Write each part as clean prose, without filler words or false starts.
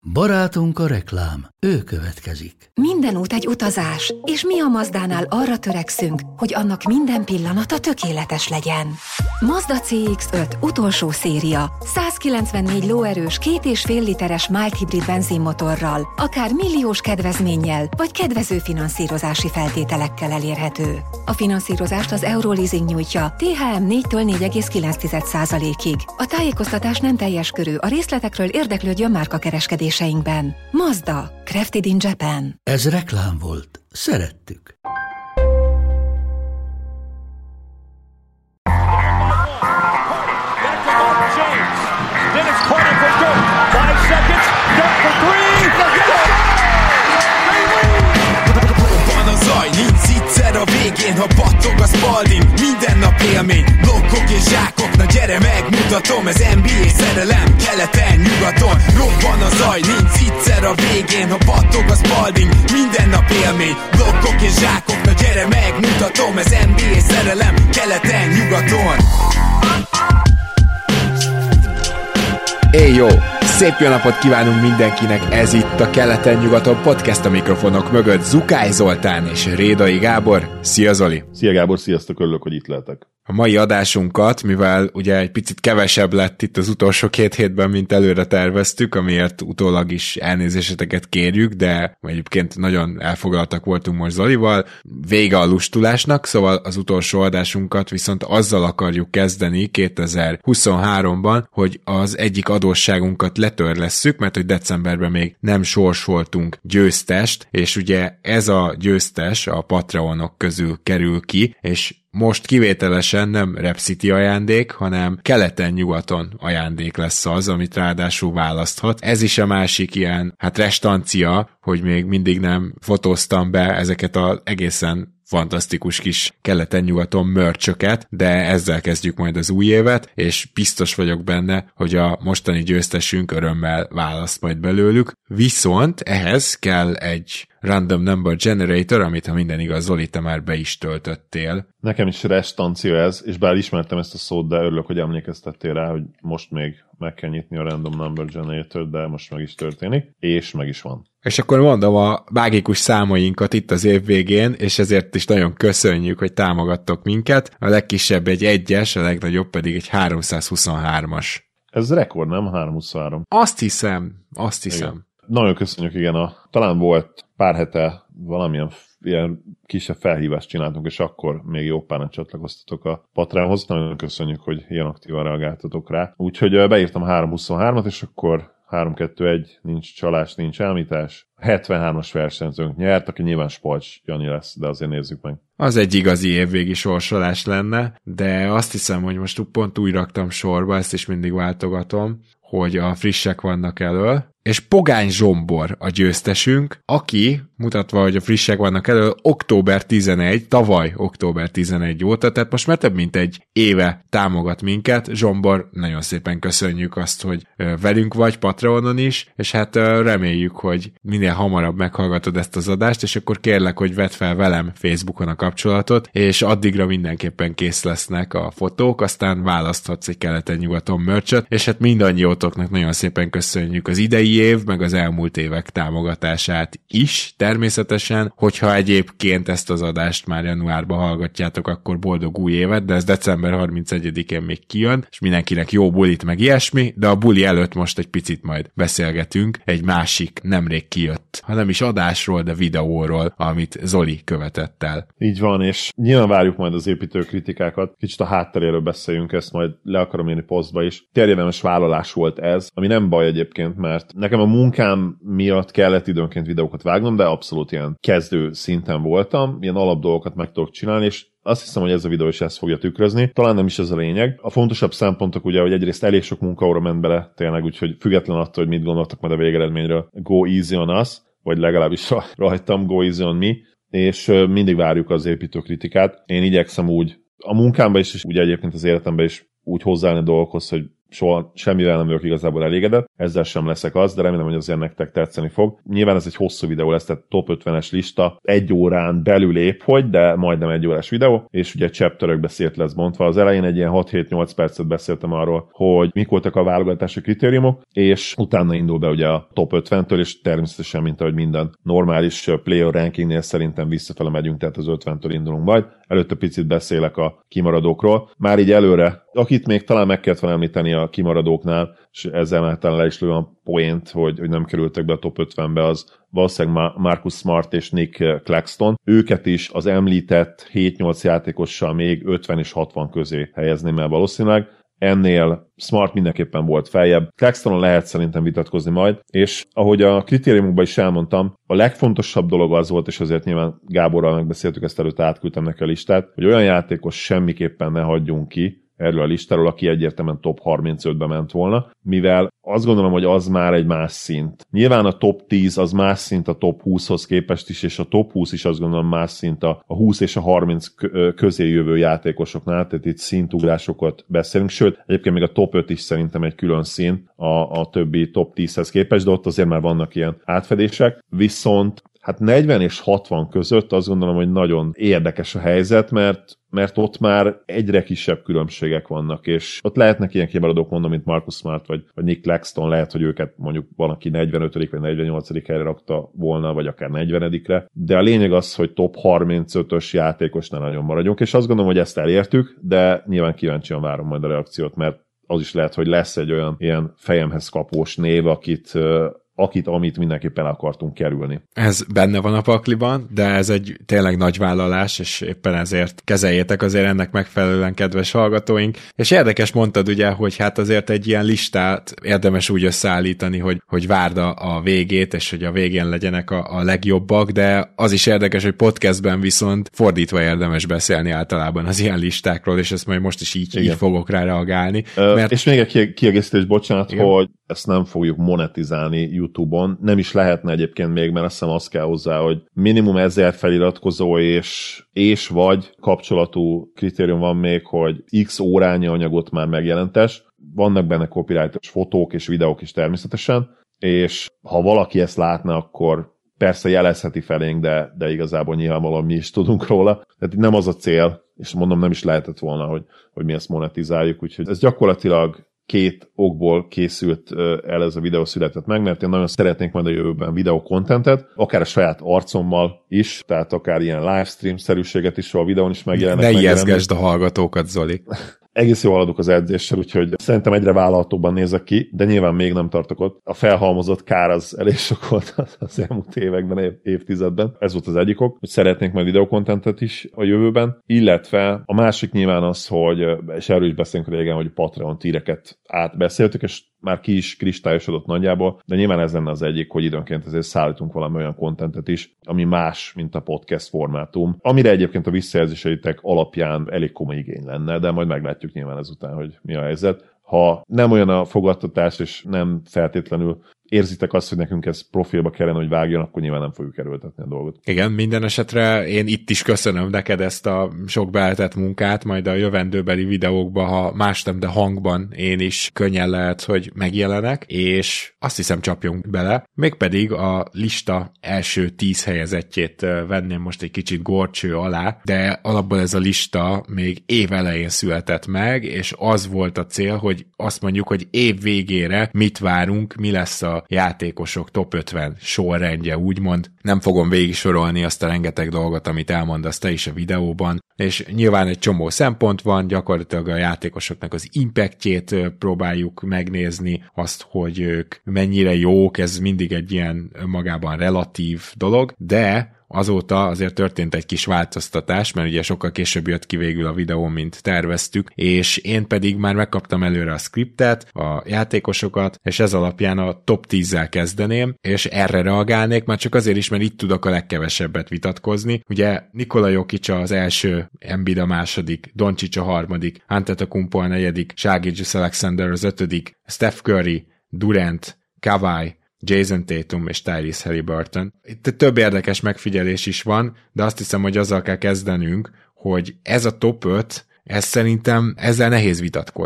Barátunk a reklám, ő következik. Minden út egy utazás, és mi a Mazdánál arra törekszünk, hogy annak minden pillanata tökéletes legyen. Mazda CX-5 utolsó széria, 194 lóerős 2,5 literes mild hibrid benzinmotorral, akár milliós kedvezménnyel, vagy kedvező finanszírozási feltételekkel elérhető. A finanszírozást az Euroleasing nyújtja, THM 4-től 4,9%-ig. A tájékoztatás nem teljes körű, a részletekről érdeklődjön márkakereskedéseinkben. Mazda, crafted in Japan. Ez reklám volt. Szerettük. A végén, ha battog a Spalding, minden nap élmény, blokkok és zsákok, na gyere megmutatom, ez NBA szerelem, keleten, nyugaton, robban a zaj, nincs egyszer a végén, ha battog a Spalding, minden nap élmény, blokkok és zsákok, na gyere megmutatom, ez NBA szerelem, keleten, nyugaton. Jó! Szép jó napot kívánunk mindenkinek, ez itt a Keleten-nyugaton podcast, a mikrofonok mögött Zukály Zoltán és Rédai Gábor. Szia Zoli! Szia Gábor, sziasztok, örülök, hogy itt lehetek. A mai adásunkat, mivel ugye egy picit kevesebb lett itt az utolsó 2 hétben, mint előre terveztük, amiért utólag is elnézéseteket kérjük, de egyébként nagyon elfoglaltak voltunk most Zolival. Vége a lustulásnak, szóval az utolsó adásunkat viszont azzal akarjuk kezdeni 2023-ban, hogy az egyik adósságunkat letörlesszük, mert hogy decemberben még nem sorsoltunk győztest, és ugye ez a győztes a Patreonok közül kerül ki, és most kivételesen nem Rep City ajándék, hanem keleten-nyugaton ajándék lesz az, amit ráadásul választhat. Ez is a másik ilyen, restancia, hogy még mindig nem fotóztam be ezeket az egészen fantasztikus kis keleten-nyugaton mörcsöket, de ezzel kezdjük majd az új évet, és biztos vagyok benne, hogy a mostani győztesünk örömmel választ majd belőlük. Viszont ehhez kell egy random number generator, amit ha minden igaz, Zoli, te már be is töltöttél. Nekem is restancia ez, és bár ismertem ezt a szót, de örülök, hogy emlékeztettél rá, hogy most még meg kell nyitni a random number generator, de most meg is történik, és meg is van. És akkor mondom a mágikus számainkat itt az év végén, és ezért is nagyon köszönjük, hogy támogattok minket. A legkisebb egy 1-es, a legnagyobb pedig egy 323-as. Ez rekord, nem? 323. Azt hiszem. Igen. Nagyon köszönjük, igen. Talán volt pár hete valamilyen ilyen kisebb felhívást csináltunk, és akkor még jó páran csatlakoztatok a Patreonhoz. Nagyon köszönjük, hogy ilyen aktívan reagáltatok rá. Úgyhogy beírtam 323-at, és akkor 3-2-1, nincs csalás, nincs elmítás. 73-as versenyzőnk nyert, aki nyilván Spalcs Jani lesz, de azért nézzük meg. Az egy igazi évvégi sorsolás lenne, de azt hiszem, hogy most pont úgy raktam sorba, ezt is mindig váltogatom, hogy a frissek vannak elől, és Pogány Zsombor a győztesünk, aki, mutatva, hogy a frissek vannak elő, október 11, tavaly október 11 óta, tehát most már több mint egy éve támogat minket. Zsombor, nagyon szépen köszönjük azt, hogy velünk vagy Patreonon is, és reméljük, hogy minél hamarabb meghallgatod ezt az adást, és akkor kérlek, hogy vedd fel velem Facebookon a kapcsolatot, és addigra mindenképpen kész lesznek a fotók, aztán választhatsz egy keleten-nyugaton merch-et, és mindannyiótoknak nagyon szépen köszönjük az idei év, meg az elmúlt évek támogatását is, természetesen, hogyha egyébként ezt az adást már januárban hallgatjátok, akkor boldog új évet, de ez december 31-én még kijön, és mindenkinek jó bulit, meg ilyesmi, de a buli előtt most egy picit majd beszélgetünk egy másik nemrég kijött, ha nem is adásról, de videóról, amit Zoli követett el. Így van, és nyilván várjuk majd az építőkritikákat, kicsit a hátteréről beszéljünk, ezt majd le akarom írni posztba is. Térjedelmes vállalás volt ez, ami nem baj egyébként, mert nekem a munkám miatt kellett időnként videókat vágnom, de abszolút ilyen kezdő szinten voltam, ilyen alapdolgokat meg tudok csinálni, és azt hiszem, hogy ez a videó is ezt fogja tükrözni. Talán nem is ez a lényeg. A fontosabb szempontok ugye, hogy egyrészt elég sok munkaóra ment bele, tényleg, úgyhogy független attól, hogy mit gondoltak majd a végeredményről, go easy on us, vagy legalábbis rajtam, go easy on me, és mindig várjuk az építőkritikát. Én igyekszem úgy, a munkámban is, és ugye egyébként az életemben is úgy hozzáállni a dolgokhoz, hogy soha semmivel nem vagyok igazából elégedett, ezzel sem leszek az, de remélem, hogy azért nektek tetszeni fog. Nyilván ez egy hosszú videó lesz, tehát top 50-es lista 1 órán belül épp hogy, de majdnem 1 órás videó, és ugye chapterökbe szét lesz bontva. Az elején egy ilyen 6-7-8 percet beszéltem arról, hogy mik voltak a válogatási kritériumok, és utána indul be ugye a top 50-től, és természetesen, mint ahogy minden normális player rankingnél szerintem visszafele megyünk, tehát az 50-től indulunk majd. Előtte picit beszélek a kimaradókról. Már így előre, akit még talán meg kellett volna említeni a kimaradóknál, és ezzel már talán le is lőm a poént, hogy nem kerültek be a top 50-be, az valószínűleg Marcus Smart és Nick Claxton. Őket is az említett 7-8 játékossal még 50 és 60 közé helyezném el valószínűleg. Ennél Smart mindenképpen volt feljebb. Claxtonon lehet szerintem vitatkozni majd, és ahogy a kritériumokban is elmondtam, a legfontosabb dolog az volt, és azért nyilván Gáborral megbeszéltük, ezt előtte átküldtem neki a listát, hogy olyan játékos semmiképpen ne hagyjunk ki erről a listáról, aki egyértelműen top 35-be ment volna, mivel azt gondolom, hogy az már egy más szint. Nyilván a top 10 az más szint a top 20-hoz képest is, és a top 20 is azt gondolom más szint a 20 és a 30 közé jövő játékosoknál, tehát itt szintugrásokat beszélünk, sőt, egyébként még a top 5 is szerintem egy külön szín a többi top 10-hez képest, de ott azért már vannak ilyen átfedések, viszont hát 40 és 60 között azt gondolom, hogy nagyon érdekes a helyzet, mert ott már egyre kisebb különbségek vannak, és ott lehetnek ilyen kimaradók, mondom, mint Marcus Smart vagy Nick Claxton, lehet, hogy őket mondjuk van, aki 45. vagy 48. helyre rakta volna, vagy akár 40-re, de a lényeg az, hogy top 35-ös játékosnál nagyon maradjunk, és azt gondolom, hogy ezt elértük, de nyilván kíváncsian várom majd a reakciót, mert az is lehet, hogy lesz egy olyan ilyen fejemhez kapós név, amit mindenképpen akartunk kerülni. Ez benne van a pakliban, de ez egy tényleg nagy vállalás, és éppen ezért kezeljétek azért ennek megfelelően, kedves hallgatóink. És érdekes mondtad ugye, hogy hát azért egy ilyen listát érdemes úgy összeállítani, hogy várd a végét, és hogy a végén legyenek a legjobbak, de az is érdekes, hogy podcastben viszont fordítva érdemes beszélni általában az ilyen listákról, és ezt majd most is így fogok rá reagálni. És még egy kiegészítés, bocsánat, igen, hogy ezt nem fogjuk monetizálni YouTube-on. Nem is lehetne egyébként még, mert azt hiszem az kell hozzá, hogy minimum 1000 feliratkozó és vagy kapcsolatú kritérium van még, hogy x órányi anyagot már megjelentes. Vannak benne copyrightos fotók és videók is természetesen, és ha valaki ezt látna, akkor persze jelezheti felénk, de igazából nyilvánvalóan mi is tudunk róla. Tehát nem az a cél, és mondom, nem is lehetett volna, hogy mi ezt monetizáljuk, úgyhogy ez gyakorlatilag 2 okból készült el ez a videó született meg, mert én nagyon szeretnék majd a jövőben videokontentet, akár a saját arcommal is, tehát akár ilyen livestream-szerűséget is, a videón is megjelenek. Ne ijeszgesd a hallgatókat, Zoli. Egész jól haladok az edzéssel, úgyhogy szerintem egyre vállalhatóbban nézek ki, de nyilván még nem tartok ott. A felhalmozott kár az elég sok volt az elmúlt években, évtizedben. Ez volt az egyik ok, hogy szeretnénk majd videokontentet is a jövőben, illetve a másik nyilván az, hogy, és erről is beszélünk régen, hogy Patreon tíreket átbeszéltük, és már ki is kristályosodott nagyjából, de nyilván ez lenne az egyik, hogy időnként azért szállítunk valami olyan kontentet is, ami más, mint a podcast formátum, amire egyébként a visszajelzéseitek alapján elég komoly igény lenne, de majd meglátjuk nyilván ezután, hogy mi a helyzet. Ha nem olyan a fogadtatás, és nem feltétlenül érzitek azt, hogy nekünk ez profilba kellene, hogy vágjon, akkor nyilván nem fogjuk erőltetni a dolgot. Igen, minden esetre én itt is köszönöm neked ezt a sok beeltett munkát, majd a jövendőbeli videókban, ha más nem, de hangban én is könnyen lehet, hogy megjelenek, és azt hiszem csapjunk bele. Mégpedig a lista első 10 helyezettjét venném most egy kicsit górcső alá, de alapból ez a lista még év elején született meg, és az volt a cél, hogy azt mondjuk, hogy év végére mit várunk, mi lesz a játékosok top 50 sorrendje, úgymond. Nem fogom végig sorolni azt a rengeteg dolgot, amit elmondasz te is a videóban, és nyilván egy csomó szempont van, gyakorlatilag a játékosoknak az impactjét próbáljuk megnézni, azt, hogy ők mennyire jók, ez mindig egy ilyen magában relatív dolog, de azóta azért történt egy kis változtatás, mert ugye sokkal később jött ki végül a videó, mint terveztük, és én pedig már megkaptam előre a scriptet, a játékosokat, és ez alapján a top 10-zel kezdeném, és erre reagálnék, már csak azért is, mert itt tudok a legkevesebbet vitatkozni. Ugye Nikola Jokic az első, Embiid a második, Doncic a harmadik, Antetokounmpo a negyedik, Shai Gilgeous-Alexander az ötödik, Steph Curry, Durant, Kawhi, Jason Tatum és Tyrese Haliburton. Itt több érdekes megfigyelés is van, de azt hiszem, hogy azzal kell kezdenünk, hogy ez a top 5, ez szerintem ezzel nehéz vitatkozni.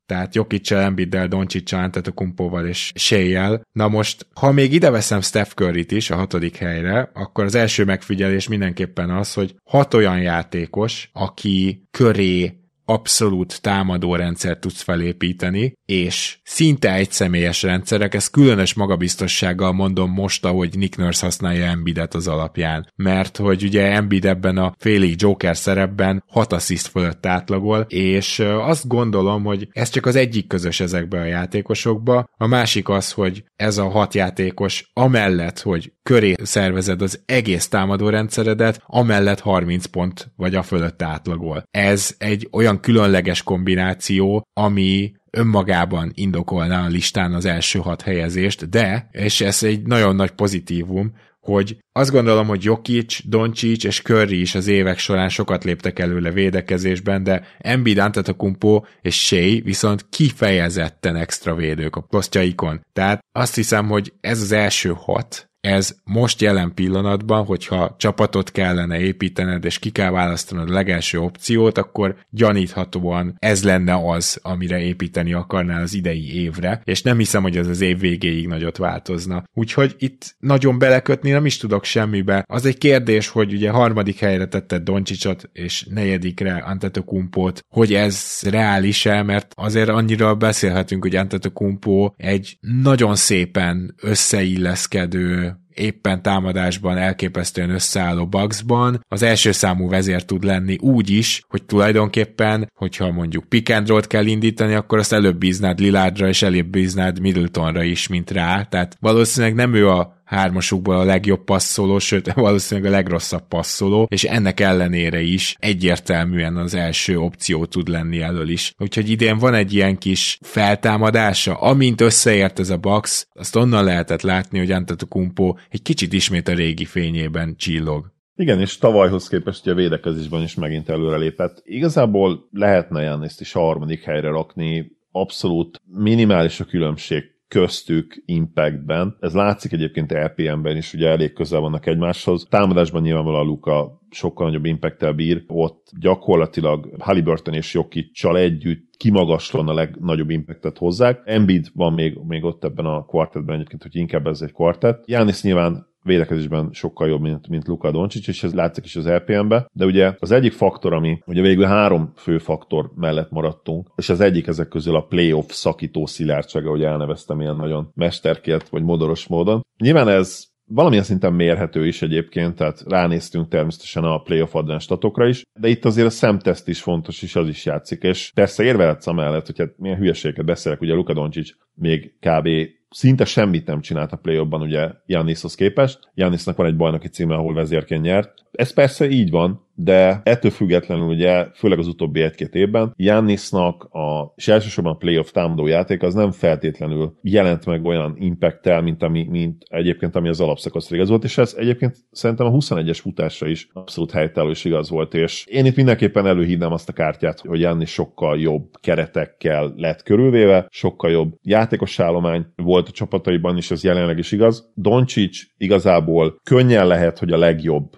tehát Jokic-sel, Embiiddel, Doncsics-sal, Antetokounmpóval és Shea-jel. Na most, ha még ide veszem Steph Curryt is a 6. helyre, akkor az első megfigyelés mindenképpen az, hogy 6 olyan játékos, aki köré abszolút támadó rendszert tudsz felépíteni, és szinte egyszemélyes rendszerek, ezt különös magabiztossággal mondom most, ahogy Nick Nurse használja Embiidet az alapján, mert hogy ugye Embiid ebben a félig Joker szerepben 6 assziszt fölött átlagol, és azt gondolom, hogy ez csak az egyik közös ezekben a játékosokban, a másik az, hogy ez a 6 játékos amellett, hogy köré szervezed az egész támadó rendszeredet, amellett 30 pont vagy a fölött átlagol. Ez egy olyan különleges kombináció, ami önmagában indokolná a listán az első 6 helyezést, de, és ez egy nagyon nagy pozitívum, hogy azt gondolom, hogy Jokic, Doncic és Curry is az évek során sokat léptek előle védekezésben, de Embiid, Antetokounmpo és Shea viszont kifejezetten extra védők a posztjaikon. Tehát azt hiszem, hogy ez az első 6, ez most jelen pillanatban, hogyha csapatot kellene építened, és ki kell választanod a legelső opciót, akkor gyaníthatóan ez lenne az, amire építeni akarnál az idei évre, és nem hiszem, hogy ez az év végéig nagyot változna. Úgyhogy itt nagyon belekötni nem is tudok semmibe. Az egy kérdés, hogy ugye 3. helyre tetted Doncsicot, és 4. Antetokounmpót, hogy ez reális-e, mert azért annyira beszélhetünk, hogy Antetokounmpo egy nagyon szépen összeilleszkedő, éppen támadásban elképesztően összeálló Bucksban az első számú vezér tud lenni úgy is, hogy tulajdonképpen, hogyha mondjuk pick and roll-t kell indítani, akkor azt előbb bíznád Lillardra és előbb bíznád Middletonra is, mint rá. Tehát valószínűleg nem ő a hármasukból a legjobb passzoló, sőt valószínűleg a legrosszabb passzoló, és ennek ellenére is egyértelműen az első opció tud lenni elől is. Úgyhogy idén van egy ilyen kis feltámadása, amint összeért ez a Bucks, azt onnan lehetett látni, hogy Antetokounmpo egy kicsit ismét a régi fényében csillog. Igen, és tavalyhoz képest a védekezésben is megint előrelépett. Igazából lehetne Gianniszt is a 3. helyre rakni, abszolút minimális a különbség köztük impactben. Ez látszik egyébként RPM-ben is, ugye elég közel vannak egymáshoz. Támadásban nyilvánvalóan Luka sokkal nagyobb impacttel bír, ott gyakorlatilag Haliburton és Jokiccal együtt kimagaslóan a legnagyobb impactet hozzák. Embiid van még ott ebben a kvartettben egyébként, hogy inkább ez egy kvartett. Giannis nyilván védekezésben sokkal jobb, mint Luka Doncic, és ez látszik is az RPM-be, de ugye az egyik faktor, ami ugye végül 3 fő faktor mellett maradtunk, és az egyik ezek közül a playoff szakító szilárdsága, hogy elneveztem ilyen nagyon mesterkélt vagy modoros módon. Nyilván ez valamilyen szinten mérhető is egyébként, tehát ránéztünk természetesen a playoff advanced statokra is, de itt azért a szemteszt is fontos, és az is játszik, és persze érvehetsz amellett, hogy hát milyen hülyeségeket beszélek, ugye Luka Doncic még kb. Szinte semmit nem csinált a play-offban ugye Giannishoz képest. Giannisnak van egy bajnoki címe, ahol vezérként nyert. Ez persze így van, de ettől függetlenül ugye, főleg az utóbbi 1-2 évben, Giannisnak és elsősorban a playoff támadó játék az nem feltétlenül jelent meg olyan impacttel, mint egyébként ami az alapszakaszra igaz volt, és ez egyébként szerintem a 21-es futásra is abszolút helytálló és igaz volt, és én itt mindenképpen előhívnám azt a kártyát, hogy Giannis sokkal jobb keretekkel lett körülvéve, sokkal jobb játékos állomány volt a csapataiban, és ez jelenleg is igaz. Doncic igazából könnyen lehet, hogy a legjobb,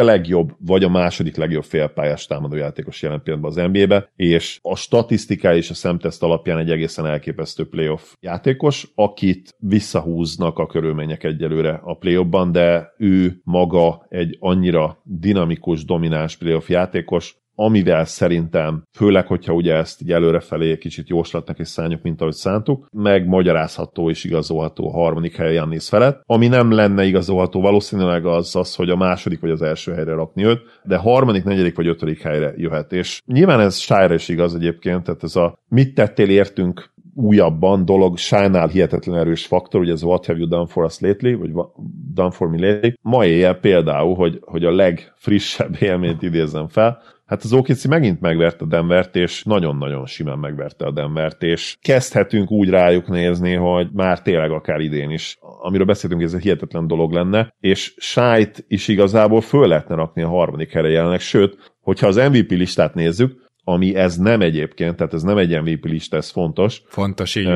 vagy a második legjobb félpályás támadójátékos jelen pillanatban az NBA-be, és a statisztikai és a szemteszt alapján egy egészen elképesztő playoff játékos, akit visszahúznak a körülmények egyelőre a playoffban, de ő maga egy annyira dinamikus, domináns playoff játékos, amivel szerintem, főleg, hogyha ugye ezt így előrefelé kicsit jóslatnak és szánjuk, mint ahogy szántuk, megmagyarázható és igazolható a 3. hely Giannis felett. Ami nem lenne igazolható valószínűleg az, hogy a második vagy az első helyre rakni őt, de 3., 4. vagy 5. helyre jöhet. És nyilván ez Shai-ra is igaz egyébként, tehát ez a mit tettél értünk újabban dolog, Shai-nál hihetetlen erős faktor, ugye ez what have you done for us lately, vagy done for me lately. Ma éjjel például, hogy a legfrissebb élményt idézzem fel, hát az OKC megint megverte a Denvert, és nagyon-nagyon simán megverte a Denvert, és kezdhetünk úgy rájuk nézni, hogy már tényleg akár idén is, amiről beszéltünk, ez egy hihetetlen dolog lenne, és Shai-t is igazából föl lehetne rakni a 3. helyre jelenleg, sőt, hogyha az MVP listát nézzük, ami ez nem egyébként, tehát ez nem egy MVP lista, ez fontos. Fontos, így van.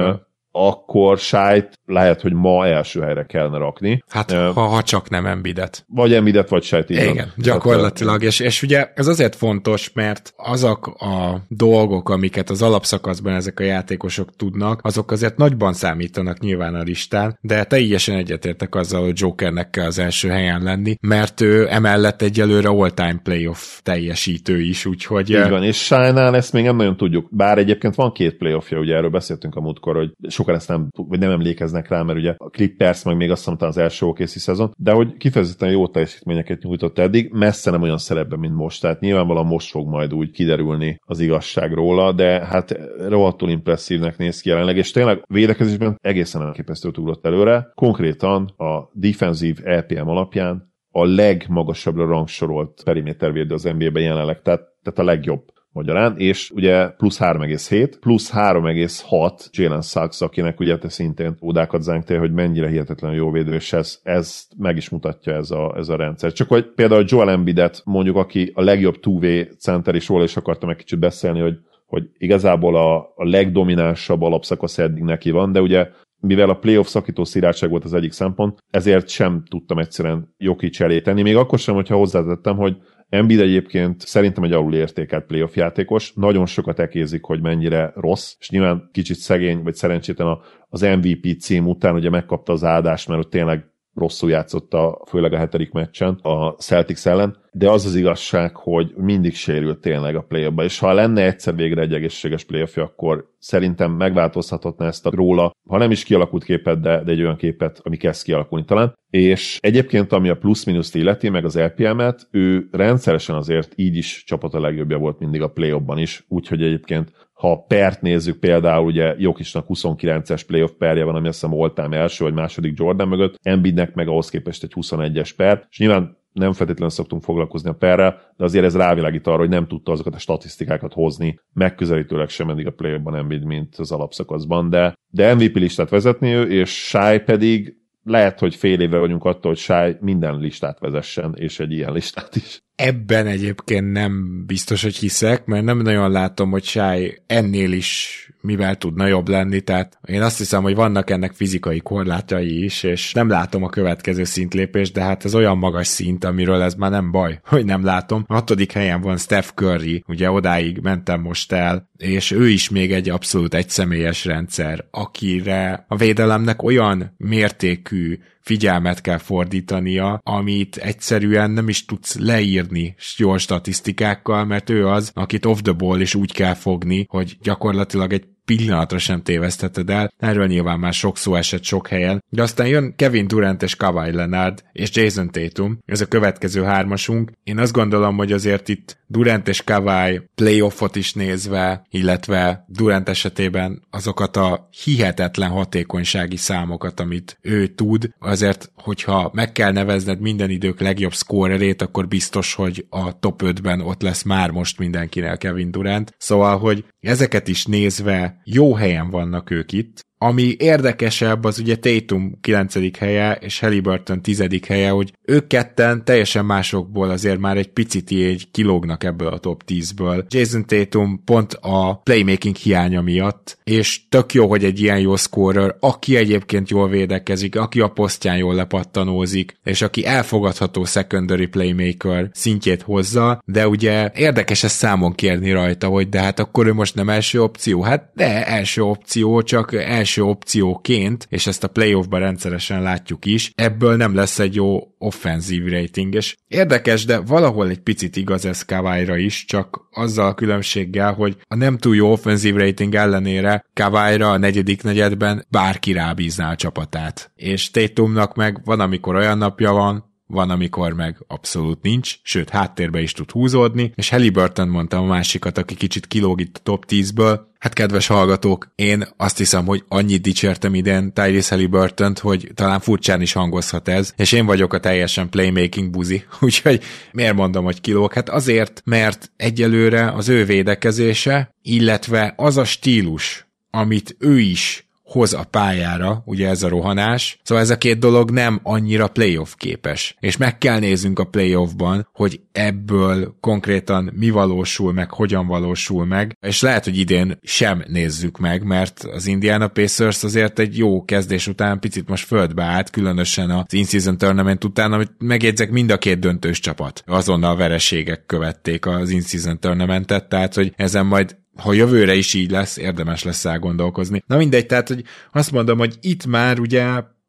akkor Shai-t lehet, hogy ma első helyre kellene rakni. Hát, ha csak nem Embiidet. Vagy Embiidet, vagy Shai-t. Igen, gyakorlatilag. És ugye ez azért fontos, mert azok a dolgok, amiket az alapszakaszban ezek a játékosok tudnak, azok azért nagyban számítanak nyilván a listán, de teljesen egyetértek azzal, hogy Jokernek kell az első helyen lenni, mert ő emellett egyelőre all-time playoff teljesítő is, úgyhogy... Így van, és Shai-nál ezt még nem nagyon tudjuk. Bár egyébként van 2 playoffja, ugye erről beszéltünk a múltkor, hogy sokan ezt nem emlékeznek rá, mert ugye a Clippers meg még azt mondta az első OKC szezon, de hogy kifejezetten jó teljesítményeket nyújtott eddig, messze nem olyan szerepben, mint most, tehát nyilvánvalóan most fog majd úgy kiderülni az igazság róla, de hát rohadtul impresszívnek néz ki jelenleg, és tényleg védekezésben egészen elképesztőt ugrott előre, konkrétan a defensív EPM alapján a legmagasabbra rangsorolt perimétervédő az NBA-ben jelenleg, tehát a legjobb magyarán, és ugye plusz 3,7, plusz 3,6 Jalen Suggs, akinek ugye te szintén ódákat zángtél, hogy mennyire hihetetlen jó védő, és ez meg is mutatja ez a rendszer. Csak hogy például Joel Embiidet mondjuk, aki a legjobb two-way center, és róla is akartam egy kicsit beszélni, hogy igazából a legdominánsabb alapszakasz eddig neki van, de ugye mivel a playoff szakító szirátság volt az egyik szempont, ezért sem tudtam egyszerűen Jokic elé tenni, még akkor sem, hogyha hozzátettem, hogy Embiid egyébként szerintem egy alulértékelt playoff játékos, nagyon sokat ekézik, hogy mennyire rossz, és nyilván kicsit szegény, vagy szerencsétlen az MVP cím után ugye megkapta az áldást, mert ott tényleg rosszul játszott főleg a 7. meccsen a Celtics ellen, de az igazság, hogy mindig sérült tényleg a play-offba, és ha lenne egyszer végre egy egészséges play-offja, akkor szerintem megváltoztathatná ezt a róla, ha nem is kialakult képet, de egy olyan képet, ami kezd kialakulni talán. És egyébként, ami a plusz-minuszt illeti, meg az LPM-et, ő rendszeresen azért így is csapata legjobbja volt mindig a play-offban is, úgyhogy egyébként ha pert nézzük, például ugye Jokicnak 29-es playoff perje van, ami azt hiszem all-time első vagy második Jordan mögött, Embiidnek meg ahhoz képest egy 21-es per, és nyilván nem feltétlenül szoktunk foglalkozni a perrel, de azért ez rávilágít arra, hogy nem tudta azokat a statisztikákat hozni, megközelítőleg sem eddig a play-offban Embiid, mint az alapszakaszban, de MVP listát vezetni ő, és Shai pedig lehet, hogy fél évre vagyunk attól, hogy Shai minden listát vezessen, és egy ilyen listát is. Ebben egyébként nem biztos, hogy hiszek, mert nem nagyon látom, hogy Shai ennél is mivel tudna jobb lenni, tehát én azt hiszem, hogy vannak ennek fizikai korlátai is, és nem látom a következő szintlépést, de hát ez olyan magas szint, amiről ez már nem baj, hogy nem látom. A 6. helyen van Steph Curry, ugye odáig mentem most el, és ő is még egy abszolút egyszemélyes rendszer, akire a védelemnek olyan mértékű figyelmet kell fordítania, amit egyszerűen nem is tudsz leírni jól statisztikákkal, mert ő az, akit off the ball is úgy kell fogni, hogy gyakorlatilag egy pillanatra sem tévesztheted el. Erről nyilván már sok szó esett sok helyen. De aztán jön Kevin Durant és Kawhi Leonard és Jason Tatum. Ez a következő hármasunk. Én azt gondolom, hogy azért itt Durant és Kawhi playoffot is nézve, illetve Durant esetében azokat a hihetetlen hatékonysági számokat, amit ő tud, azért, hogyha meg kell nevezned minden idők legjobb szkórerét, akkor biztos, hogy a top 5-ben ott lesz már most mindenkinél Kevin Durant. Szóval, hogy ezeket is nézve jó helyen vannak ők itt. Ami érdekesebb, az ugye Tatum 9. helye és Haliburton 10. helye, hogy ők ketten teljesen másokból azért már egy picit így kilógnak ebből a top 10-ből. Jason Tatum pont a playmaking hiánya miatt, és tök jó, hogy egy ilyen jó scorer, aki egyébként jól védekezik, aki a posztján jól lepattanózik, és aki elfogadható secondary playmaker szintjét hozza, de ugye érdekes ezt számon kérni rajta, hogy de hát akkor ő most nem első opció. Hát de első opció, csak első opcióként, és ezt a playoffban rendszeresen látjuk is, ebből nem lesz egy jó offenzív rating, és érdekes, de valahol egy picit igaz ez Kawhi-ra is, csak azzal a különbséggel, hogy a nem túl jó offenzív rating ellenére Kawhi-ra a 4. negyedben bárki rábízná a csapatát. És Tatumnak meg van, amikor olyan napja van, amikor meg abszolút nincs, sőt, háttérbe is tud húzódni, és Haliburton mondtam a másikat, aki kicsit kilóg itt a top 10-ből. Hát kedves hallgatók, én azt hiszem, hogy annyit dicsértem idén Tyrese Haliburtont, hogy talán furcsán is hangozhat ez, és én vagyok a teljesen playmaking buzi, úgyhogy miért mondom, hogy kilóg? Hát azért, mert egyelőre az ő védekezése, illetve az a stílus, amit ő is hoz a pályára, ugye ez a rohanás, szóval ez a két dolog nem annyira playoff képes. És meg kell néznünk a playoffban, hogy ebből konkrétan mi valósul meg, hogyan valósul meg, és lehet, hogy idén sem nézzük meg, mert az Indiana Pacers azért egy jó kezdés után picit most földbe állt, különösen az in-season tournament után, amit megjegyzek, mind a két döntős csapat. Azonnal vereségek követték az in-season tournamentet, tehát hogy ezen majd ha jövőre is így lesz, érdemes lesz elgondolkozni. Na mindegy, tehát hogy azt mondom, hogy itt már ugye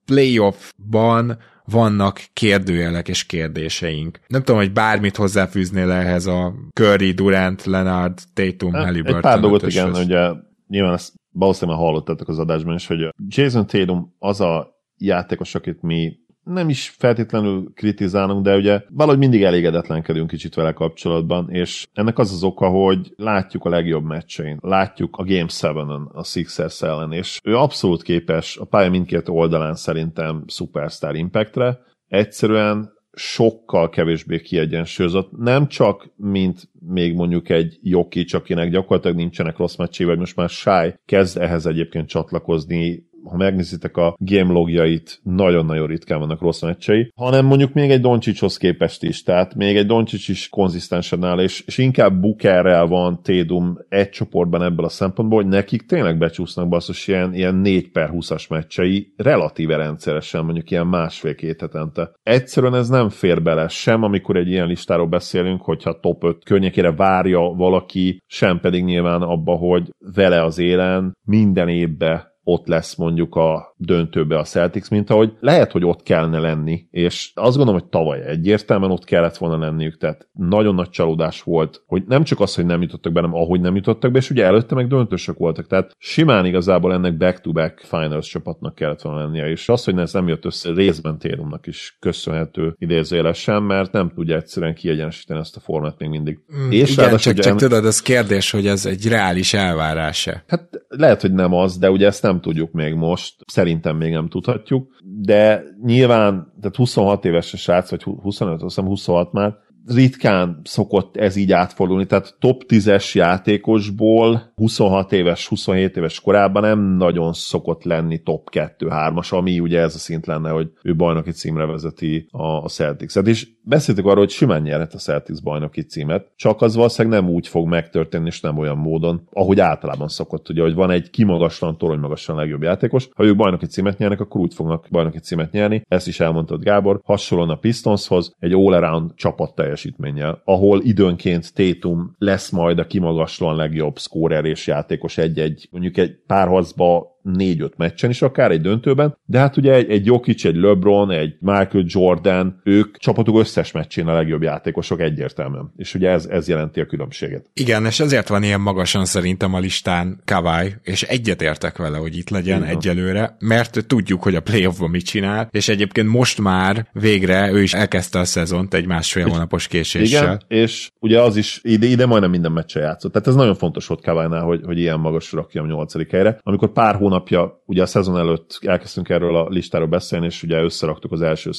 playoffban vannak kérdőjelek és kérdéseink. Nem tudom, hogy bármit hozzáfűznél ehhez a Curry, Durant, Leonard, Tatum, Haliburton. Egy pár dolgot igen, ugye nyilván ezt valószínűleg hallottátok az adásban is, hogy Jason Tatum az a játékos, akit mi nem is feltétlenül kritizálunk, de ugye valahogy mindig elégedetlenkedünk kicsit vele kapcsolatban, és ennek az az oka, hogy látjuk a legjobb meccsein, látjuk a Game 7-ön a Sixers ellen, és ő abszolút képes a pálya mindkét oldalán szerintem superstar impactre, egyszerűen sokkal kevésbé kiegyensúlyozott, nem csak, mint még mondjuk egy Jokic, akinek gyakorlatilag nincsenek rossz meccsé, vagy most már Shai kezd ehhez egyébként csatlakozni, ha megnézitek a game logjait, nagyon-nagyon ritkán vannak rossz meccsei, hanem mondjuk még egy Doncsicshoz képest is, tehát még egy Doncsics is konzisztensen áll, és inkább Bookerrel van Tatum egy csoportban ebből a szempontból, hogy nekik tényleg becsúsznak basszus ilyen 4/20-as meccsei relatíve rendszeresen, mondjuk ilyen 1,5-2 hetente. Egyszerűen ez nem fér bele sem, amikor egy ilyen listáról beszélünk, hogyha top 5 környékére várja valaki, sem pedig nyilván abba, hogy vele az élen minden évben ott lesz mondjuk a döntőbe a Celtics, mint ahogy lehet, hogy ott kellene lenni, és azt gondolom, hogy tavaly egyértelműen ott kellett volna lenniük, tehát nagyon nagy csalódás volt, hogy nem csak az, hogy nem jutottak be, hanem ahogy nem jutottak be, és ugye előtte meg döntősök voltak, tehát simán igazából ennek back-to-back finals csapatnak kellett volna lennie, és az, hogy ez nem jött össze, részben Tatumnak is köszönhető idézőjelesen, mert nem tudja egyszerűen kiegyensíteni ezt a formát még mindig. És igen, csak tudod, az kérdés, hogy ez egy reális elvárása. Hát lehet, hogy nem az, de ugye ezt nem tudjuk még most, szerintem még nem tudhatjuk, de nyilván, tehát 26 éves a srác, vagy 25, azt hiszem 26 már, ritkán szokott ez így átfordulni, tehát top 10-es játékosból 26 éves, 27 éves korában nem nagyon szokott lenni top 2-3-as, ami ugye ez a szint lenne, hogy ő bajnoki címre vezeti a Celtics-et, és beszéltük arról, hogy simán nyerhet a Celtics bajnoki címet, csak az valószínűleg nem úgy fog megtörténni, és nem olyan módon, ahogy általában szokott, ugye, hogy van egy kimagaslan, toronymagaslan legjobb játékos, ha ők bajnoki címet nyernek, akkor úgy fognak bajnoki címet nyerni, ezt is elmondtad Gábor, hasonlóan a Pistonshoz, egy all-around csapat teljesítménnyel, ahol időnként Tatum lesz majd a kimagaslan legjobb szkórer és játékos mondjuk egy párharcba 4-5 meccsen is akár, egy döntőben, de hát ugye egy Jokic, egy LeBron, egy Michael Jordan, ők csapatuk összes meccsén a legjobb játékosok egyértelműen. És ugye ez jelenti a különbséget. Igen, és ezért van ilyen magasan szerintem a listán Kawhi, és egyetértek vele, hogy itt legyen egyelőre, mert tudjuk, hogy a playoffban mit csinál, és egyébként most már végre ő is elkezdte a szezont egy 1,5 hónapos késéssel. Igen, és ugye az is ide majdnem minden meccsen játszott. Tehát ez nagyon fontos volt Kawhinál, hogy ilyen magasra rakjam 8. helyre. Amikor pár hónapja, ugye a szezon előtt elkezdtünk erről a listáról beszélni, és ugye összeraktam az első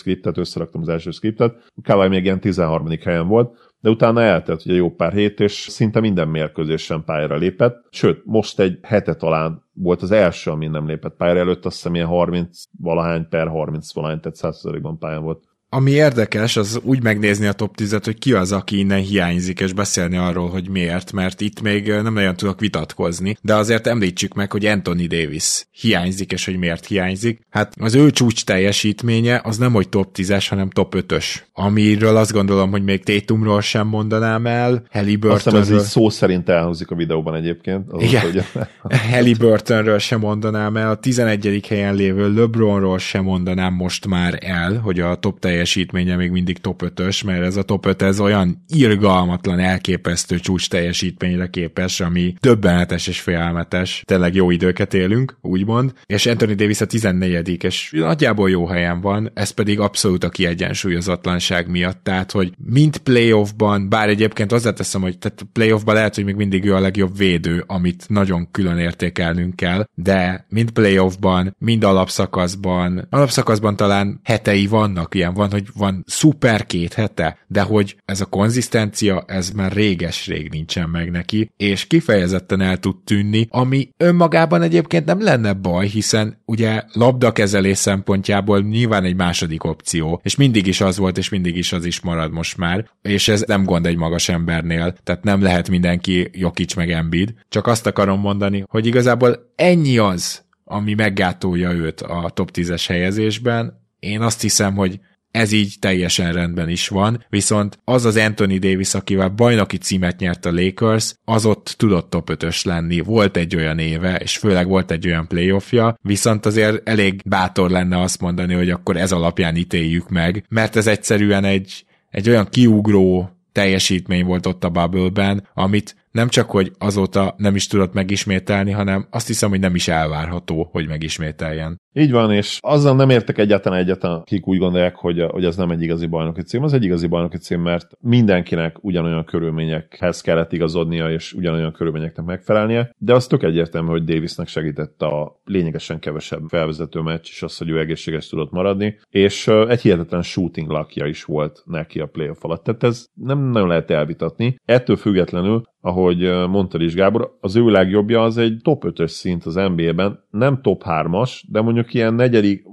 scriptet, Kawhi még ilyen 13. helyen volt, de utána eltelt ugye jó pár hét, és szinte minden mérkőzésen pályára lépett, sőt, most egy hete talán volt az első, ami nem lépett pályára, előtt azt hiszem ilyen 30/30, tehát 100%-ban pályán volt. Ami érdekes, az úgy megnézni a top 10-et, hogy ki az, aki innen hiányzik, és beszélni arról, hogy miért, mert itt még nem nagyon tudok vitatkozni, de azért említsük meg, hogy Anthony Davis hiányzik, és hogy miért hiányzik. Hát az ő csúcs teljesítménye az nem hogy top 10-es, hanem top 5-ös. Amiről azt gondolom, hogy még Tatumról sem mondanám el, Haliburtonről... Azt hiszem, ez így szó szerint elhangzik a videóban egyébként. Igen, Haliburtonről sem mondanám el, a 11. helyen lévő LeBronról sem mondanám most már el, hogy a top teljesítménye még mindig top 5-ös, mert ez a top 5 ez olyan irgalmatlan, elképesztő csúcs teljesítményre képes, ami döbbenetes és félelmetes. Tényleg jó időket élünk, úgymond. És Anthony Davis a 14. és nagyjából jó helyen van, ez pedig abszolút a kiegyensúlyozatlanság miatt. Tehát, hogy mind playoffban, bár egyébként hozzáteszem, hogy tehát playoffban lehet, hogy még mindig ő a legjobb védő, amit nagyon külön értékelnünk kell, de mind playoffban, mind alapszakaszban talán hetei vannak, ilyen van van, hogy van szuper 2 hete, de hogy ez a konzisztencia, ez már réges-rég nincsen meg neki, és kifejezetten el tud tűnni, ami önmagában egyébként nem lenne baj, hiszen ugye labdakezelés szempontjából nyilván egy második opció, és mindig is az volt, és mindig is az is marad most már, és ez nem gond egy magas embernél, tehát nem lehet mindenki Jokic meg Embiid, csak azt akarom mondani, hogy igazából ennyi az, ami meggátolja őt a top 10-es helyezésben. Én azt hiszem, hogy ez így teljesen rendben is van, viszont az az Anthony Davis, akivel bajnoki címet nyert a Lakers, az ott tudott top 5-ös lenni, volt egy olyan éve, és főleg volt egy olyan playoffja, viszont azért elég bátor lenne azt mondani, hogy akkor ez alapján ítéljük meg, mert ez egyszerűen egy olyan kiugró teljesítmény volt ott a bubble-ben, amit nem csak, hogy azóta nem is tudott megismételni, hanem azt hiszem, hogy nem is elvárható, hogy megismételjen. Így van, és azzal nem értek egyáltalán, akik úgy gondolják, hogy ez nem egy igazi bajnoki cím. Az egy igazi bajnoki cím, mert mindenkinek ugyanolyan körülményekhez kellett igazodnia, és ugyanolyan körülményeknek megfelelnie, de az tök egyértelmű, hogy Davisnek segített a lényegesen kevesebb felvezető meccs, és az, hogy ő egészséges tudott maradni, és egy hihetetlen shooting luckja is volt neki a playoff alatt. Tehát ez nem nagyon lehet elvitatni. Ettől függetlenül, ahogy mondtad is, Gábor, az ő legjobbja az egy top 5-ös szint az NBA-ben, nem top 3-as, de mondjuk ilyen 4.,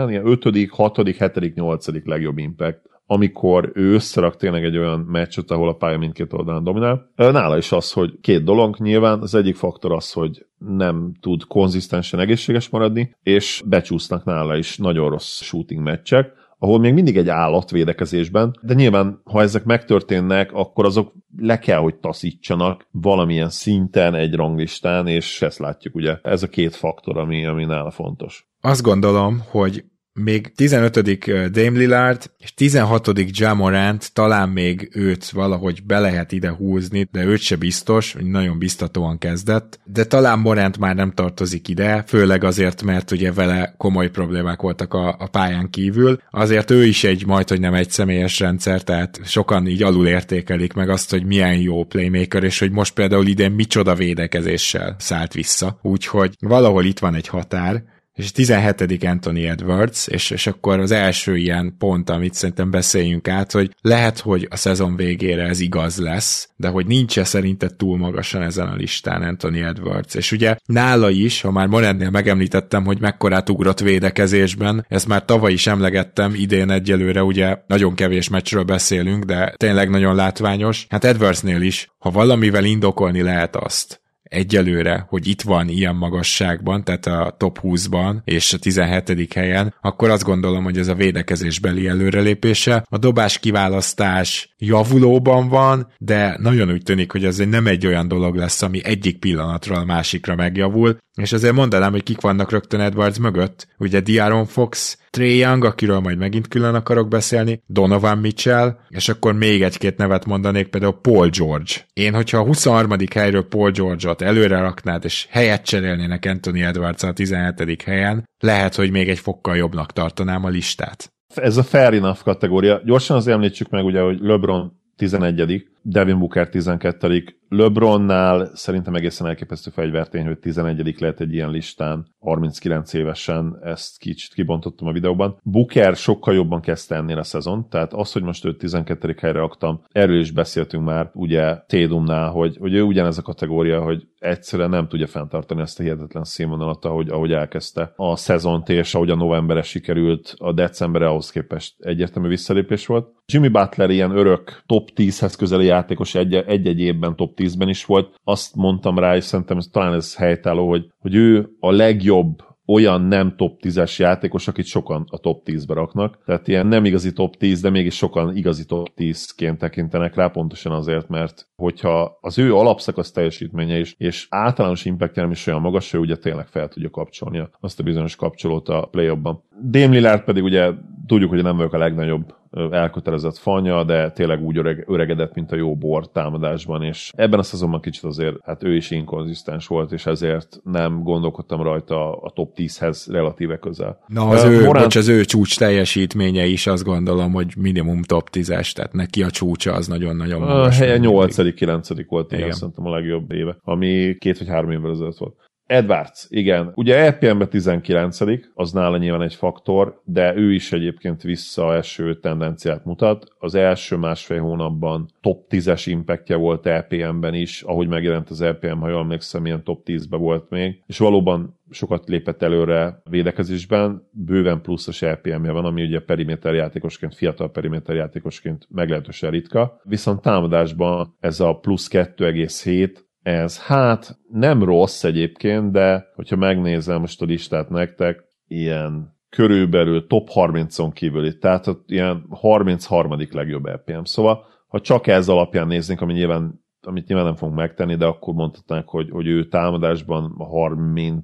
5., 6., 7., 8. legjobb impact, amikor ő összerak tényleg egy olyan meccset, ahol a pálya mindkét oldalán dominál. Nála is az, hogy 2 dolog nyilván, az egyik faktor az, hogy nem tud konzisztensen egészséges maradni, és becsúsznak nála is nagyon rossz shooting meccsek, ahol még mindig egy állat védekezésben, de nyilván, ha ezek megtörténnek, akkor azok le kell, hogy taszítsanak valamilyen szinten egy ranglistán, és ezt látjuk ugye. Ez a 2 faktor, ami nála fontos. Azt gondolom, hogy még 15. Dame Lillard és 16. Ja Morant, talán még őt valahogy be lehet ide húzni, de őt se biztos, hogy nagyon biztatóan kezdett, de talán Morant már nem tartozik ide, főleg azért, mert ugye vele komoly problémák voltak a pályán kívül, azért ő is majdhogy nem egy személyes rendszer, tehát sokan így alul értékelik meg azt, hogy milyen jó playmaker, és hogy most például idén micsoda védekezéssel szállt vissza, úgyhogy valahol itt van egy határ, és 17. Anthony Edwards, és akkor az első ilyen pont, amit szerintem beszéljünk át, hogy lehet, hogy a szezon végére ez igaz lesz, de hogy nincs-e szerinted túl magasan ezen a listán Anthony Edwards. És ugye nála is, ha már Morantnél megemlítettem, hogy mekkorát ugrott védekezésben, ezt már tavaly is emlegettem, idén egyelőre ugye nagyon kevés meccsről beszélünk, de tényleg nagyon látványos. Hát Edwardsnél is, ha valamivel indokolni lehet azt, egyelőre, hogy itt van ilyen magasságban, tehát a top 20-ban és a 17. helyen, akkor azt gondolom, hogy ez a védekezésbeli előrelépése. A dobás kiválasztás javulóban van, de nagyon úgy tűnik, hogy ez nem egy olyan dolog lesz, ami egyik pillanatról a másikra megjavul, és azért mondanám, hogy kik vannak rögtön Edwards mögött. Ugye De'Aaron Fox, Trae Young, akiről majd megint külön akarok beszélni, Donovan Mitchell, és akkor még egy-két nevet mondanék, például Paul George. Én, hogyha a 23. helyről Paul George-ot előre raknád, és helyet cserélnének Anthony Edwards a 17. helyen, lehet, hogy még egy fokkal jobbnak tartanám a listát. Ez a fair enough kategória. Gyorsan azért említsük meg, ugye, hogy LeBron 11., Devin Booker 12., LeBronnál szerintem egészen elképesztő fegyvertény, hogy 11. lehet egy ilyen listán, 39 évesen, ezt kicsit kibontottam a videóban. Booker sokkal jobban kezdte ennél a szezon, tehát az, hogy most őt 12. helyre raktam, erről is beszéltünk már, ugye Tatumnál, hogy ő ugyanez a kategória, hogy egyszerűen nem tudja fenntartani ezt a hihetetlen színvonalat, ahogy elkezdte a szezont, és ahogy a novemberre sikerült, a decemberre ahhoz képest egyértelmű visszalépés volt. Jimmy Butler ilyen örök top 10-hez közeli játékos egy-egy évben top 10-ben is volt. Azt mondtam rá, és szerintem talán ez helytálló, hogy ő a legjobb olyan nem top 10-es játékos, akit sokan a top 10-be raknak. Tehát ilyen nem igazi top 10, de mégis sokan igazi top 10-ként tekintenek rá, pontosan azért, mert hogyha az ő alapszakasz teljesítménye is, és általános impactja is olyan magas, hogy ugye tényleg fel tudja kapcsolni azt a bizonyos kapcsolót a play-offban. Dame Lillard pedig ugye tudjuk, hogy nem vagyok a legnagyobb elkötelezett fanya, de tényleg úgy öregedett, mint a jó bor támadásban, és ebben a szezonban kicsit azért, hát ő is inkonzisztens volt, és ezért nem gondolkodtam rajta a top 10-hez relatíve közel. Na, az ő csúcs teljesítménye is azt gondolom, hogy minimum top 10-es, tehát neki a csúcsa az nagyon-nagyon magas. A helye 8.-9. volt, igen, szerintem a legjobb éve, ami 2 vagy 3 évvel ezelőtt volt. Edwards, igen. Ugye EPM-ben 19, az nála nyilván egy faktor, de ő is egyébként visszaeső tendenciát mutat. Az első másfél hónapban top 10-es impactja volt EPM-ben is, ahogy megjelent az EPM, ha jól emlékszem, ilyen top 10-ben volt még, és valóban sokat lépett előre védekezésben, bőven pluszos EPM-je van, ami ugye periméterjátékosként, fiatal periméterjátékosként meglehetősen ritka, viszont támadásban ez a plusz 2,7, ez hát nem rossz egyébként, de hogyha megnézem most a listát nektek, ilyen körülbelül top 30-on kívüli, tehát ilyen 33. legjobb EPM. Szóval, ha csak ez alapján néznénk, amit nyilván nem fogunk megtenni, de akkor mondhatnánk, hogy ő támadásban a 30.,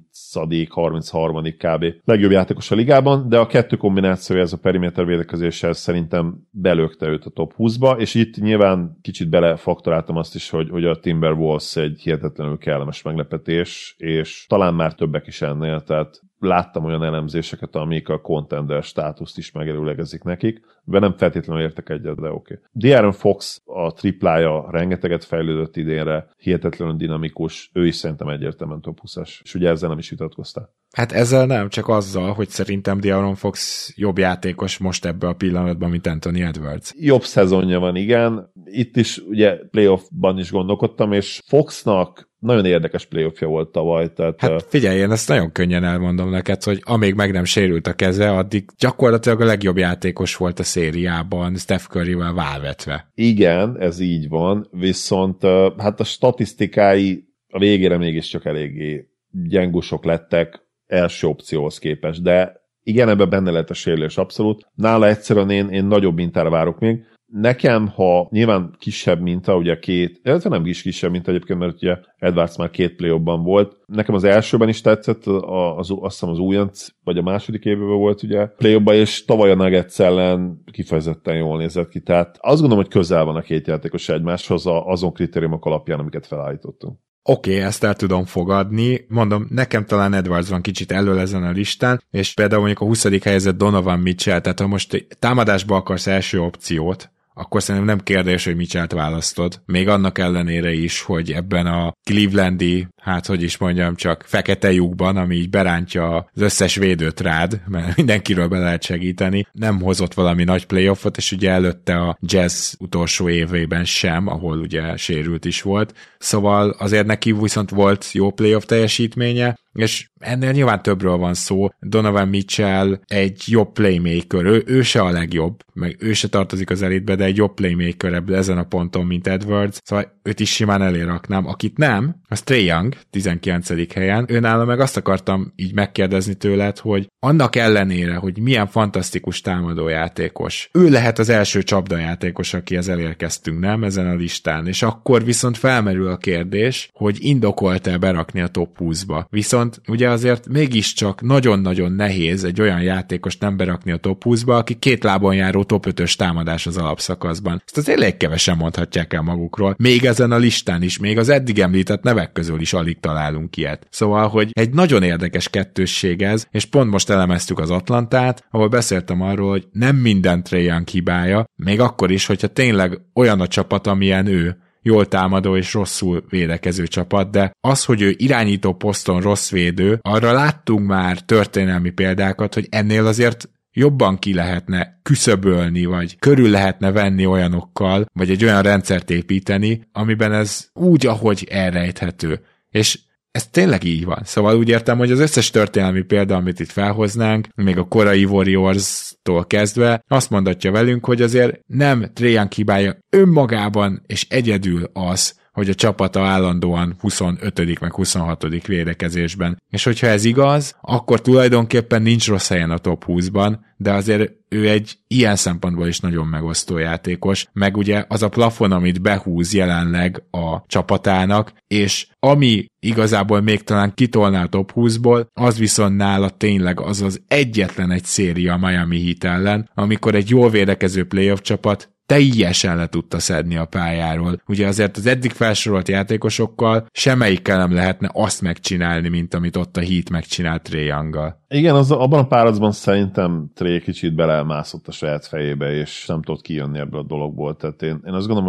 33. kb. Legjobb játékos a ligában, de a kettő kombinációja ez a periméter védekezéssel szerintem belökte őt a top 20-ba, és itt nyilván kicsit belefaktoráltam azt is, hogy a Timberwolves egy hihetetlenül kellemes meglepetés, és talán már többek is ennél, tehát láttam olyan elemzéseket, amik a contender státuszt is megerőlegezik nekik, de nem feltétlenül értek egyet, de oké. De'Aaron Fox a triplája rengeteget fejlődött idénre, hihetetlenül dinamikus, ő is szerintem egyértelműen top 20-as, és ugye ezzel nem is vitatkoztál. Hát ezzel nem, csak azzal, hogy szerintem De'Aaron Fox jobb játékos most ebbe a pillanatban, mint Anthony Edwards. Jobb szezonja van, igen. Itt is ugye playoffban is gondolkodtam, és Foxnak nagyon érdekes playoffja volt tavaly. Tehát, hát figyelj, én ezt nagyon könnyen elmondom neked, hogy amíg meg nem sérült a keze, addig gyakorlatilag a legjobb játékos volt a szériában, Steph Curryvel válvetve. Igen, ez így van, viszont hát a statisztikái a végére mégiscsak eléggé gyengusok lettek első opcióhoz képest, de igen, ebben benne lehet a sérülés abszolút. Nála egyszerűen én nagyobb mintára várok még. Nekem, ha nyilván kisebb minta, ugye illetve nem is kisebb minta egyébként, mert ugye Edwards már 2 play-offban volt. Nekem az elsőben is tetszett, azt hiszem az újonc, vagy a második évben volt ugye play-offban, és tavaly a Nuggets ellen kifejezetten jól nézett ki. Tehát azt gondolom, hogy közel van a két játékos egymáshoz azon kritériumok alapján, amiket felállítottunk. Oké, ezt el tudom fogadni. Mondom, nekem talán Edwards van kicsit elől ezen a listán, és például mondjuk a 20. helyzet Donovan Mitchell, tehát ha most támadásba akarsz első opciót, akkor szerintem nem kérdés, hogy Mitchellt választod. Még annak ellenére is, hogy ebben a Clevelandi, hát hogy is mondjam, csak fekete lyukban, ami így berántja az összes védőt rád, mert mindenkiről be lehet segíteni, nem hozott valami nagy playoffot, és ugye előtte a Jazz utolsó évében sem, ahol ugye sérült is volt. Szóval azért neki viszont volt jó playoff teljesítménye, és ennél nyilván többről van szó. Donovan Mitchell egy jobb playmaker, ő se a legjobb, meg ő se tartozik az elitbe, de egy jobb playmaker ezen a ponton, mint Edwards, szóval őt is simán eléraknám. Akit nem, az Trae Young, 19. helyen. Őnála meg azt akartam így megkérdezni tőled, hogy annak ellenére, hogy milyen fantasztikus támadójátékos, ő lehet az első csapdajátékos, akihez elérkeztünk, nem? Ezen a listán. És akkor viszont felmerül a kérdés, hogy indokolt-e berakni a top 20-ba. Viszont ugye azért mégiscsak nagyon-nagyon nehéz egy olyan játékost nem berakni a top 20-ba, aki 2 lábon járó top 5-ös támadás az alapszakaszban. Ezt azért elég kevesen mondhatják el magukról. Még ezen a listán is, még az eddig említett nevek közül is alig találunk ilyet. Szóval, hogy egy nagyon érdekes kettősség ez, és pont most elemeztük az Atlantát, ahol beszéltem arról, hogy nem minden Trae Young hibája, még akkor is, hogyha tényleg olyan a csapat, amilyen ő, jól támadó és rosszul védekező csapat, de az, hogy ő irányító poszton rossz védő, arra láttunk már történelmi példákat, hogy ennél azért jobban ki lehetne küszöbölni, vagy körül lehetne venni olyanokkal, vagy egy olyan rendszert építeni, amiben ez úgy, ahogy elrejthető. És ez tényleg így van. Szóval úgy értem, hogy az összes történelmi példa, amit itt felhoznánk, még a korai Warriors-tól kezdve, azt mondatja velünk, hogy azért nem Trae Young hibája önmagában és egyedül az, hogy a csapata állandóan 25. meg 26. védekezésben. És hogyha ez igaz, akkor tulajdonképpen nincs rossz helyen a top 20-ban, de azért ő egy ilyen szempontból is nagyon megosztó játékos, meg ugye az a plafon, amit behúz jelenleg a csapatának, és ami igazából még talán kitolná a top 20-ból, az viszont nála tényleg az egyetlen egy széria a Miami Heat ellen, amikor egy jól védekező playoff csapat teljesen le tudta szedni a pályáról. Ugye azért az eddig felsorolt játékosokkal semmelyikkel nem lehetne azt megcsinálni, mint amit ott a Heat megcsinált Trae Younggal. Igen, abban a párharcban szerintem Trae kicsit belemászott a saját fejébe, és nem tudott kijönni ebből a dologból. Tehát én azt gondolom, hogy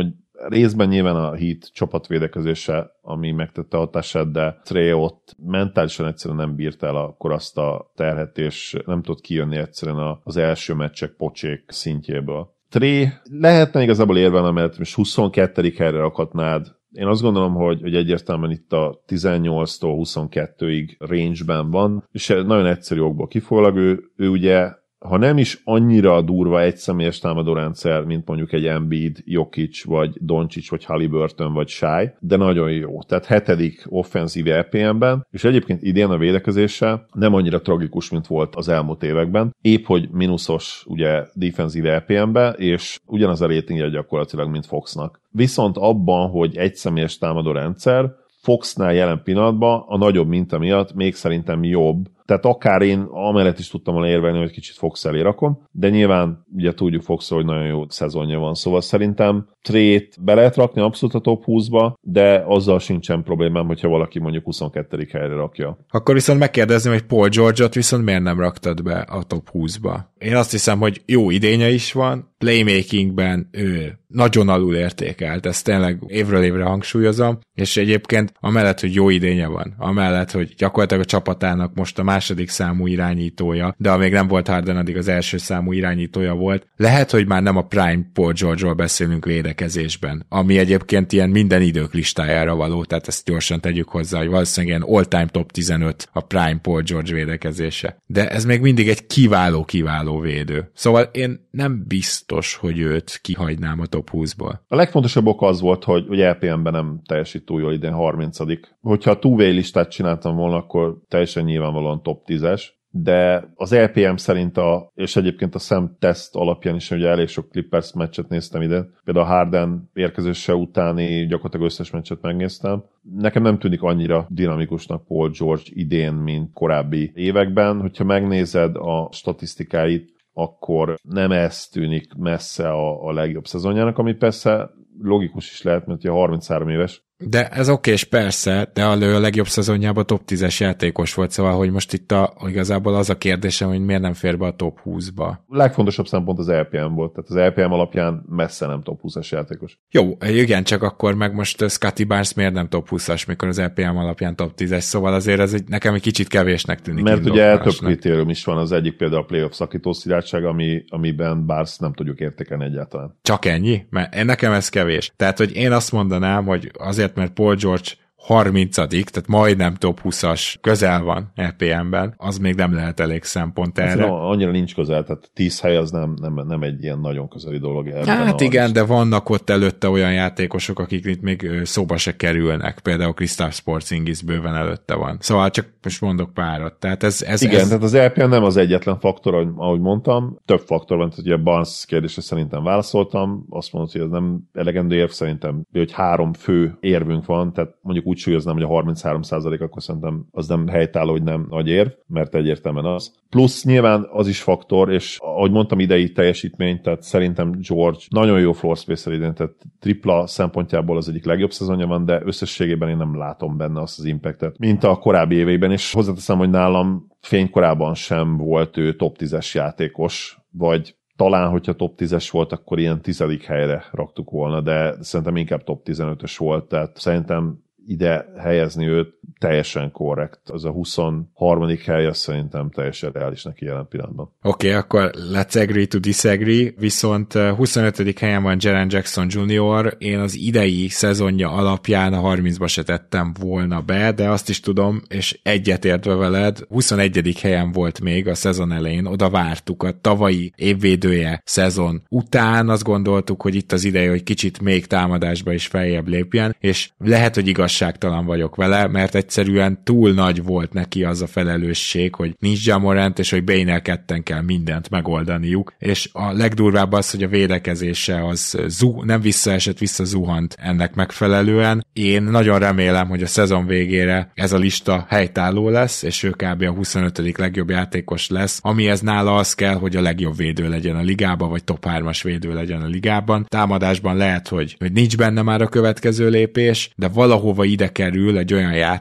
részben nyilván a Heat csapatvédekezése, ami megtette hatását, de Trey ott mentálisan egyszerűen nem bírta el akkor azt a terhet, és nem tudott kijönni egyszerűen az első meccsek pocsék szintjéből. Trey lehetne igazából érvelni, mert most 22. helyre rakhatnád. Én azt gondolom, hogy egyértelműen itt a 18-tól 22-ig range-ben van, és nagyon egyszerű okból kifolyólag ő ugye, ha nem is annyira durva egyszemélyes támadórendszer, mint mondjuk egy Embiid, Jokic, vagy Doncic, vagy Haliburton, vagy Shai, de nagyon jó. Tehát 7. offenzív EPM-ben, és egyébként idén a védekezése nem annyira tragikus, mint volt az elmúlt években. Épp, hogy mínuszos ugye defenzív EPM-ben, és ugyanaz a ratingje gyakorlatilag, mint Foxnak. Viszont abban, hogy egyszemélyes támadórendszer, Foxnál jelen pillanatban a nagyobb minta miatt még szerintem jobb. Tehát akár én amellett is tudtam volna érvelni, hogy kicsit Fox elé rakom, de nyilván ugye tudjuk Foxról, hogy nagyon jó szezonja van, szóval szerintem Trey-t be lehet rakni abszolút a top 20-ba, de azzal sincsen problémám, hogyha valaki mondjuk 22. helyre rakja. Akkor viszont megkérdezném, hogy Paul George-ot viszont miért nem raktad be a top 20-ba? Én azt hiszem, hogy jó idénye is van, playmakingben ő nagyon alul értékelt, ezt tényleg évről évre hangsúlyozom, és egyébként amellett, hogy jó idénye van, amellett, hogy gyakorlatilag a csapatának most a második számú irányítója, de amíg nem volt Harden, addig az első számú irányítója volt. Lehet, hogy már nem a prime Paul George-ról beszélünk védekezésben, ami egyébként ilyen minden idők listájára való, tehát ezt gyorsan tegyük hozzá, hogy valószínűleg ilyen all-time top 15 a prime Paul George védekezése. De ez még mindig egy kiváló védő. Szóval én nem biztos, hogy őt kihagynám a top 20-ból. A legfontosabb ok az volt, hogy EPM-ben nem teljesít túl jól, idén 30. Hogyha a two-way listát csináltam volna, akkor teljesen nyilvánvalóan top 10-es, de az LPM szerint és egyébként a Sam Test alapján is, ugye elég sok Clippers meccset néztem ide, például a Harden érkezése utáni gyakorlatilag összes meccset megnéztem. Nekem nem tűnik annyira dinamikusnak Paul George idén, mint korábbi években. Hogyha megnézed a statisztikáit, akkor nem ez tűnik messze a legjobb szezonjának, ami persze logikus is lehet, mert ugye 33 éves. De ez okés, persze, de a legjobb szezonjában top 10-es játékos volt, szóval, hogy most itt igazából az a kérdésem, hogy miért nem fér be a top 20-ba. A legfontosabb szempont az LPM volt, tehát az LPM alapján messze nem top 20-as játékos. Jó, igen, csak akkor meg most Scottie Barnes miért nem top 20-as, mikor az LPM alapján top 10-es, szóval azért ez nekem egy kicsit kevésnek tűnik. Mert ugye több kritérium is van, az egyik például a playoff szakítószirátság, amiben Barnes nem tudjuk értékelni egyáltalán. Csak ennyi? Mert nekem ez kevés. Tehát, hogy én azt mondanám, hogy azért, mert Paul George 30., tehát majdnem top 20-as, közel van EPM-ben, az még nem lehet elég szempont erre. Annyira nincs közel, tehát 10 hely az nem egy ilyen nagyon közeli dolog. Hát igen, de vannak ott előtte olyan játékosok, akik itt még szóba se kerülnek. Például Kristaps Porzingis bőven előtte van. Szóval csak most mondok párat. Tehát tehát az EPM nem az egyetlen faktor, ahogy mondtam. Több faktor van, tehát ugye Barnes kérdésre szerintem válaszoltam. Azt mondod, hogy ez nem elegendő érv, szerintem, hogy 3 fő érvünk van, tehát mondjuk úgy súlyoznám, hogy a 33%, akkor szerintem az nem helytálló, hogy nem nagy érv, mert egyértelműen az. Plusz nyilván az is faktor, és ahogy mondtam, idei teljesítmény, tehát szerintem George nagyon jó floor spacer idén, tehát tripla szempontjából az egyik legjobb szezonja van, de összességében én nem látom benne azt az impactet, mint a korábbi éveiben, és hozzáteszem, hogy nálam fénykorában sem volt ő top 10-es játékos, vagy talán, hogyha top 10-es volt, akkor ilyen 10. helyre raktuk volna, de szerintem inkább top 15-ös volt, tehát szerintem ide helyezni őt teljesen korrekt. Az a 23. hely, az szerintem teljesen reális neki jelen pillanatban. Oké, akkor let's agree to disagree, viszont 25. helyen van Jaren Jackson Jr. Én az idei szezonja alapján a 30-ba se tettem volna be, de azt is tudom, és egyetértve veled, 21. helyen volt még a szezon elején, oda vártuk a tavalyi évvédője szezon után, azt gondoltuk, hogy itt az ideje, hogy kicsit még támadásba is feljebb lépjen, és lehet, hogy igazságtalan vagyok vele, mert egyszerűen túl nagy volt neki az a felelősség, hogy nincs Ja Morant, és hogy Bane-el ketten kell mindent megoldaniuk, és a legdurvább az, hogy a védekezése az nem visszaesett, visszazuhant ennek megfelelően. Én nagyon remélem, hogy a szezon végére ez a lista helytálló lesz, és ő kb. A 25. legjobb játékos lesz, amihez nála az kell, hogy a legjobb védő legyen a ligában, vagy top 3-as védő legyen a ligában. Támadásban lehet, hogy nincs benne már a következő lépés, de valahova ide kerül egy olyan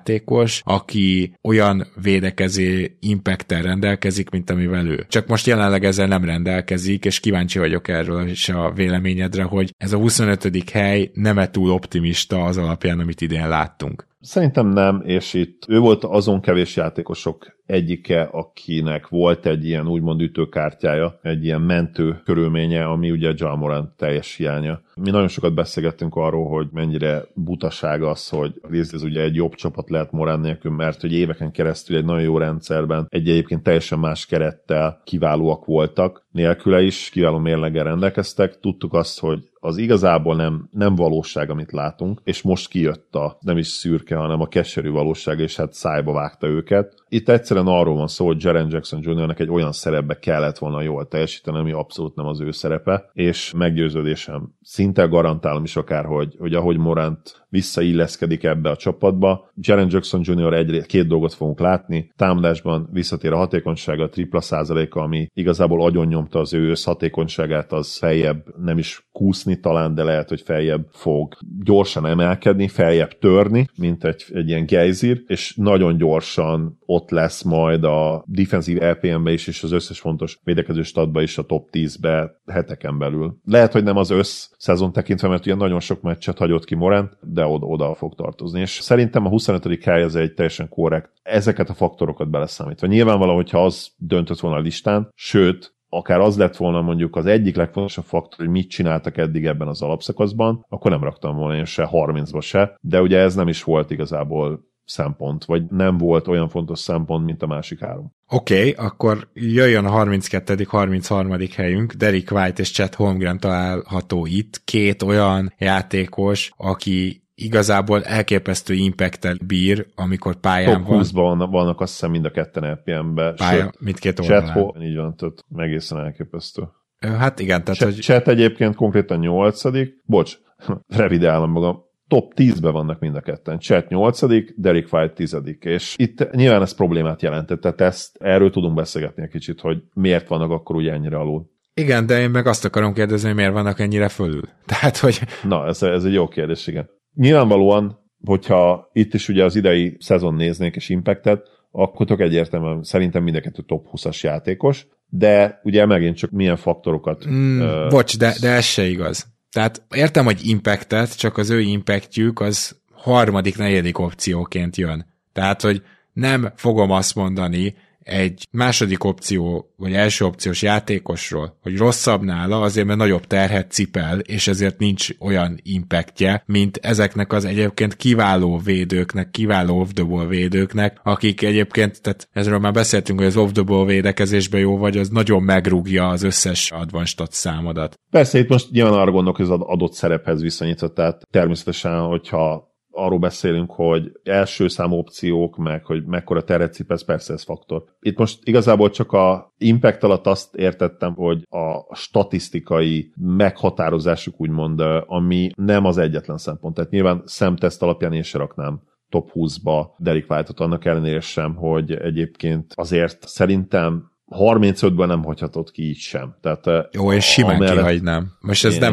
játékos, aki olyan védekező impacttel rendelkezik, mint amivel ő. Csak most jelenleg ezzel nem rendelkezik, és kíváncsi vagyok erről is a véleményedre, hogy ez a 25. hely nem túl optimista az alapján, amit idén láttunk. Szerintem nem, és itt ő volt azon kevés játékosok egyike, akinek volt egy ilyen úgymond ütőkártyája, egy ilyen mentő körülménye, ami ugye Ja Morant teljes hiánya. Mi nagyon sokat beszélgettünk arról, hogy mennyire butaság az, hogy ez ugye egy jobb csapat lehet Morant nélkül, mert hogy éveken keresztül egy nagyon jó rendszerben, egy egyébként teljesen más kerettel kiválóak voltak, nélküle is kiváló mérleggel rendelkeztek. Tudtuk azt, hogy az igazából nem valóság, amit látunk, és most kijött a nem is szürke, hanem a keserű valóság, és hát szájba vágta őket. Itt egyszerűen arról van szó, hogy Jaren Jackson Jr.-nek egy olyan szerepbe kellett volna jól teljesíteni, ami abszolút nem az ő szerepe, és meggyőződésem, szinte garantálom is akár, hogy ahogy Morant visszailleszkedik ebbe a csapatba, Jaren Jackson Jr. két dolgot fogunk látni, támadásban visszatér a hatékonysága, a tripla százaléka, ami igazából agyonnyomta az ő hatékonyságát, az feljebb nem is kúszni talán, de lehet, hogy feljebb fog gyorsan emelkedni, feljebb törni, mint egy ilyen gejzír, és nagyon gyorsan ott lesz majd a defensív LPM-be is, és az összes fontos védekező statba is a top 10-be heteken belül. Lehet, hogy nem az szezon tekintve, mert ugye nagyon sok meccset hagyott ki Morant, de oda fog tartozni. És szerintem a 25. hely az egy teljesen korrekt. Ezeket a faktorokat beleszámítva. Nyilvánvalóan, hogyha az döntött volna a listán, sőt, akár az lett volna mondjuk az egyik legfontosabb faktor, hogy mit csináltak eddig ebben az alapszakaszban, akkor nem raktam volna én se 30-ba se, de ugye ez nem is volt igazából szempont, vagy nem volt olyan fontos szempont, mint a másik három. Oké, akkor jöjjön a 32., 33. helyünk, Derrick White és Chet Holmgren található itt, két olyan játékos, aki igazából elképesztő impacttel bír, amikor pályán van. Top 20-ban vannak azt hiszem mind a ketten LPM-be. Mindkét oldalán. Így van, tehát egészen elképesztő. Hát igen, tehát Chet egyébként konkrétan 8. Bocs, revidálom magam. Top 10-ben vannak mind a ketten. Chet 8., Derrick White 10. És itt nyilván ez problémát jelentett, tehát erről tudunk beszélgetni egy kicsit, hogy miért vannak akkor ugye ennyire alul. Igen, de én meg azt akarom kérdezni, hogy miért vannak ennyire fölül. Tehát, hogy... Na, ez egy jó kérdés, igen. Nyilvánvalóan, hogyha itt is ugye az idei szezon néznék és impactet, akkor egyértelműen szerintem mind a kettő top 20-as játékos, de ugye megint csak milyen faktorokat... Bocs, de ez se igaz. Tehát értem, hogy impactet, csak az ő impactjük az harmadik, negyedik opcióként jön. Tehát, hogy nem fogom azt mondani egy második opció, vagy első opciós játékosról, hogy rosszabb nála, azért mert nagyobb terhet cipel, és ezért nincs olyan impactje, mint ezeknek az egyébként kiváló védőknek, kiváló off-the-ball védőknek, akik egyébként, tehát ezről már beszéltünk, hogy az off-the-ball védekezésben jó vagy, az nagyon megrúgja az összes advanced stat számodat. Persze, itt most nyilván arra gondolok, hogy az adott szerephez viszonyítva, tehát természetesen, hogyha arról beszélünk, hogy első számú opciók, meg hogy mekkora teret cipelsz, persze ez faktor. Itt most igazából csak a impact alatt azt értettem, hogy a statisztikai meghatározásuk úgymond, ami nem az egyetlen szempont. Tehát nyilván szemteszt alapján én se raknám top 20-ba Derrick White-ot, annak ellenére sem, hogy egyébként azért szerintem 35-ben nem hagyhatott ki így sem. Tehát, jó, és simán kihagynám. Most ez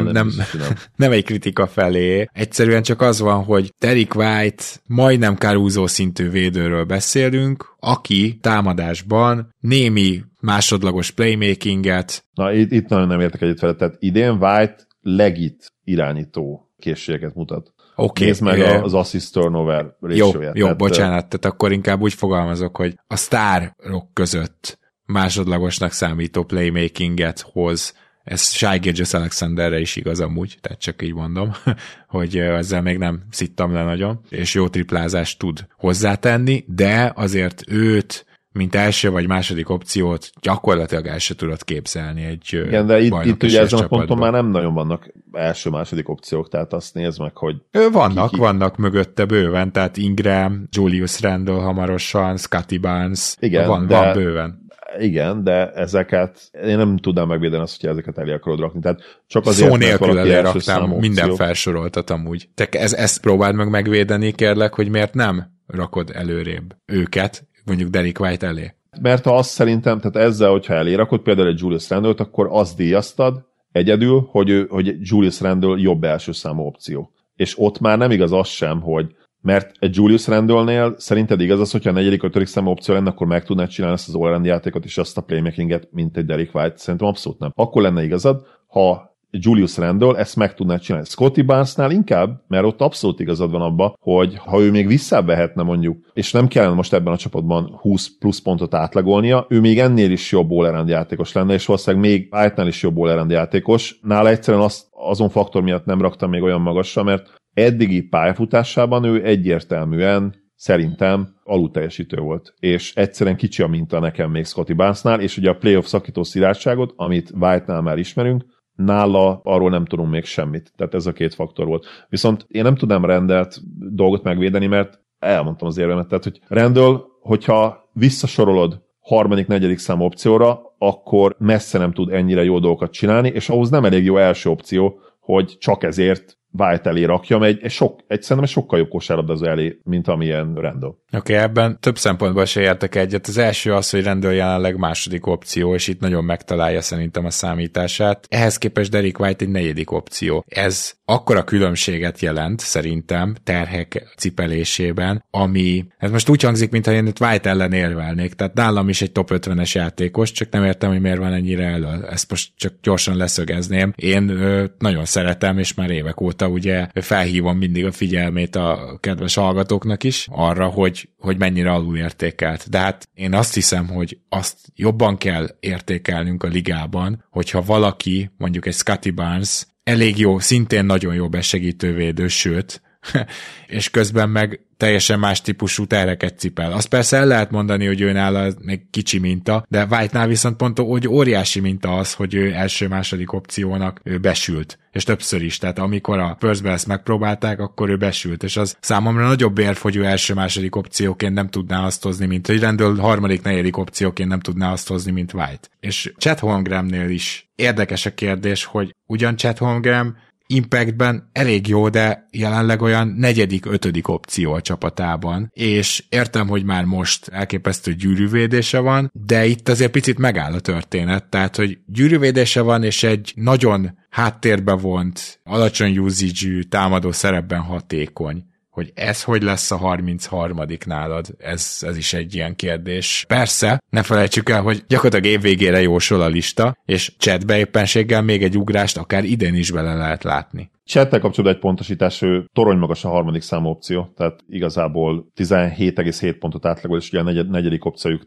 nem egy kritika felé. Egyszerűen csak az van, hogy Derrick White majdnem Caruso szintű védőről beszélünk, aki támadásban némi másodlagos playmakinget. Na, itt nagyon nem értek egyet vele. Tehát idén White legit irányító készségeket mutat. Okay, nézd meg az assist turnover ratio-ját. Jó, bocsánat, tehát akkor inkább úgy fogalmazok, hogy a sztárok között másodlagosnak számító playmakinget hoz. Ez Shai Gilgeous-Alexanderre is igaz amúgy, tehát csak így mondom, hogy ezzel még nem szittam le nagyon, és jó triplázást tud hozzátenni, de azért őt, mint első vagy második opciót gyakorlatilag el se tudod képzelni egy igen, de itt ugye ezen a ponton már nem nagyon vannak első-második opciók, tehát azt nézd meg, hogy... Vannak mögötte bőven, tehát Ingram, Julius Randle hamarosan, Scottie Barnes, igen, van bőven. Igen, de ezeket én nem tudnám megvédeni azt, hogy ezeket elé akarod rakni. Tehát csak azért, szó nélkül elraktam minden felsoroltat amúgy. Te ezt próbáld meg megvédeni, kérlek, hogy miért nem rakod előrébb őket, mondjuk Derrick White elé. Mert azt szerintem, tehát ezzel, hogyha elé rakod például egy Julius Randle-t, akkor azt díjaztad egyedül, hogy Julius Randle jobb első számú opció. És ott már nem igaz az sem, hogy Mert egy Julius Randle-nél szerinted igaz az, hogyha a 4.-5. számú opció lenne, akkor meg tudnád csinálni ezt az all-around játékot és azt a playmakinget, mint egy Derek White? Szerintem abszolút nem. Akkor lenne igazad, ha Julius Randle ezt meg tudnád csinálni. Scottie Barnesnál inkább, mert ott abszolút igazad van abba, hogy ha ő még visszavehetne mondjuk, és nem kellene most ebben a csapatban 20 plusz pontot átlagolnia, ő még ennél is jobb all-around játékos lenne, és valószínűleg még White-nál is jobb all-around játékos. Nála egyszerűen azon faktor miatt nem raktam még olyan magasra, mert eddigi pályafutásában ő egyértelműen szerintem alulteljesítő volt, és egyszerűen kicsi a minta nekem még Scottie Barnesnál, és ugye a playoff szakító szilárdságot, amit White-nál már ismerünk, nála arról nem tudunk még semmit. Tehát ez a két faktor volt. Viszont én nem tudnám Randle-t dolgot megvédeni, mert elmondtam az érvemet. Tehát, hogy Randle, hogyha visszasorolod 3., 4. számú opcióra, akkor messze nem tud ennyire jó dolgokat csinálni, és ahhoz nem elég jó első opció, hogy csak ezért White elé rakjam szerintem egy sokkal jobb kosárlabdázó elé, mint amilyen Randle. Oké, ebben több szempontból se értek egyet. Az első az, hogy Randle jelenleg második opció, és itt nagyon megtalálja szerintem a számítását. Ehhez képest Derek White egy 4. opció. Ez akkora különbséget jelent szerintem terhek cipelésében, ami, ez most úgy hangzik, mintha én itt White ellen érvelnék, tehát nálam is egy top 50-es játékos, csak nem értem, hogy miért van ennyire elől. Ezt most csak gyorsan leszögezném. Én nagyon szeretem, és már évek óta ugye felhívom mindig a figyelmét a kedves hallgatóknak is arra, hogy mennyire alulértékelt. De hát én azt hiszem, hogy azt jobban kell értékelnünk a ligában, hogyha valaki, mondjuk egy Scottie Barnes, elég jó, szintén nagyon jó besegítővédő, sőt, és közben meg teljesen más típusú terheket cipel. Azt persze el lehet mondani, hogy ő nála még kicsi minta, de White-nál viszont pont hogy óriási minta az, hogy ő első-második opciónak ő besült. És többször is. Tehát amikor a Spurs-ben ezt megpróbálták, akkor ő besült. És az számomra nagyobb érv, hogy ő első-második opcióként nem tudná azt hozni, mint hogy Randle 3., 4. opcióként nem tudná azt hozni, mint White. És Chet Holmgrennél is érdekes a kérdés, hogy ugyan Chet Holmgren Impactben elég jó, de jelenleg olyan 4., 5. opció a csapatában, és értem, hogy már most elképesztő gyűrűvédése van, de itt azért picit megáll a történet, tehát, hogy gyűrűvédése van, és egy nagyon háttérbe vont, alacsony usage-ű támadó szerepben hatékony. Hogy ez hogy lesz a 33. nálad, ez is egy ilyen kérdés. Persze, ne felejtsük el, hogy gyakorlatilag évvégére jósol a lista, és Chatbe éppenséggel még egy ugrást akár idén is bele lehet látni. Chattel kapcsolatban egy pontosítás, ő torony magas a 3. számú opció, tehát igazából 17,7 pontot átlagol, és ugye a 4. opciójuk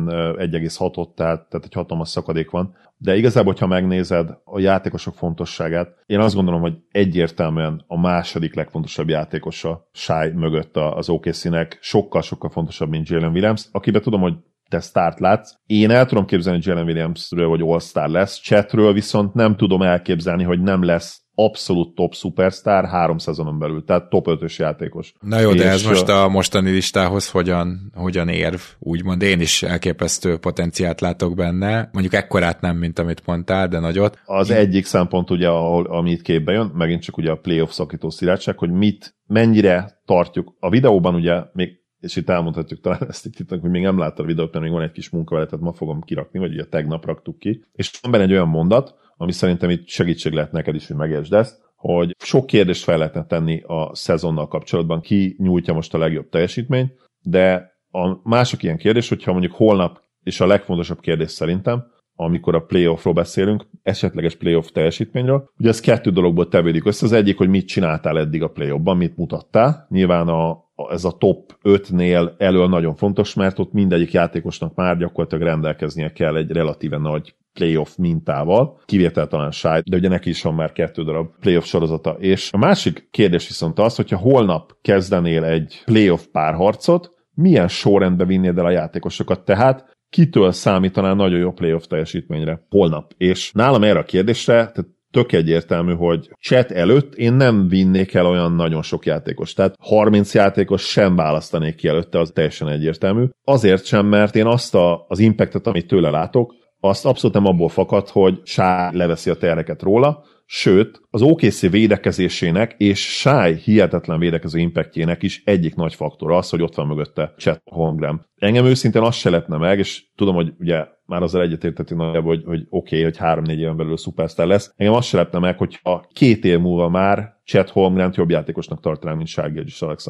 11,6-ot, tehát egy hatalmas szakadék van. De igazából, ha megnézed a játékosok fontosságát, én azt gondolom, hogy egyértelműen a második legfontosabb játékosa Shai mögött az OKC-nek sokkal-sokkal fontosabb, mint Jalen Williams, akiben tudom, hogy te sztárt látsz. Én el tudom képzelni, hogy Jalen Williamsről, hogy all-star lesz, Chatről viszont nem tudom elképzelni, hogy nem lesz abszolút top superstar 3 szezonon belül, tehát top 5-ös játékos. Na jó, de ez most a mostani listához hogyan érv, úgymond én is elképesztő potenciált látok benne, mondjuk ekkorát nem, mint amit mondtál, de nagyot. Az egyik szempont ugye, ami itt képbe jön, megint csak ugye a playoff szakító szilárdság, hogy mennyire tartjuk. A videóban ugye még, és itt elmondhatjuk talán ezt itt, hogy még nem látta a videót, mert még van egy kis munka vele, tehát ma fogom kirakni, vagy ugye tegnap raktuk ki, és van benne egy olyan mondat, ami szerintem itt segítség lehet neked is, hogy megértsd ezt, hogy sok kérdést fel lehetne tenni a szezonnal kapcsolatban, ki nyújtja most a legjobb teljesítményt, de a másik ilyen kérdés, hogyha mondjuk holnap, és a legfontosabb kérdés szerintem, amikor a playoffról beszélünk, esetleges playoff teljesítményről, ugye ez 2 dologból tevődik össze. Az egyik, hogy mit csináltál eddig a playoffban, mit mutattál. Nyilván ez a top 5-nél elől nagyon fontos, mert ott mindegyik játékosnak már gyakorlatilag rendelkeznie kell egy relatíve nagy playoff mintával, kivétel talán Shai, de ugye neki is van már 2 darab playoff sorozata. És a másik kérdés viszont az, hogyha holnap kezdenél egy playoff párharcot, milyen sorrendbe vinnéd el a játékosokat, tehát kitől számítanál nagyon jó playoff teljesítményre holnap. És nálam erre a kérdésre, tehát tök egyértelmű, hogy Chat előtt én nem vinnék el olyan nagyon sok játékos. Tehát 30 játékos sem választanék ki előtte, az teljesen egyértelmű. Azért sem, mert én azt az impactet, amit tőle látok, azt abszolút nem abból fakad, hogy Shai leveszi a terheket róla, sőt, az OKC védekezésének és Shai hihetetlen védekező impactjének is egyik nagy faktor az, hogy ott van mögötte Chet Holmgren. Engem őszintén azt se lepne meg, és tudom, hogy ugye már azzal egyetértettünk nagyjából, hogy oké, hogy 3-4 éven belül szupersztár lesz. Engem azt se lepne meg, hogyha 2 év múlva már Chet Holmgrent jobb játékosnak tartanám, mint Shai Gilgeous-Alexandert.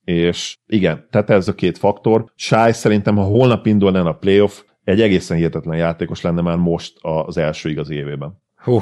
És igen, tehát ez a két faktor. Shai szerintem, ha holnap indulnán a playoff, egy egészen hihetetlen játékos lenne már most az első igazi évében.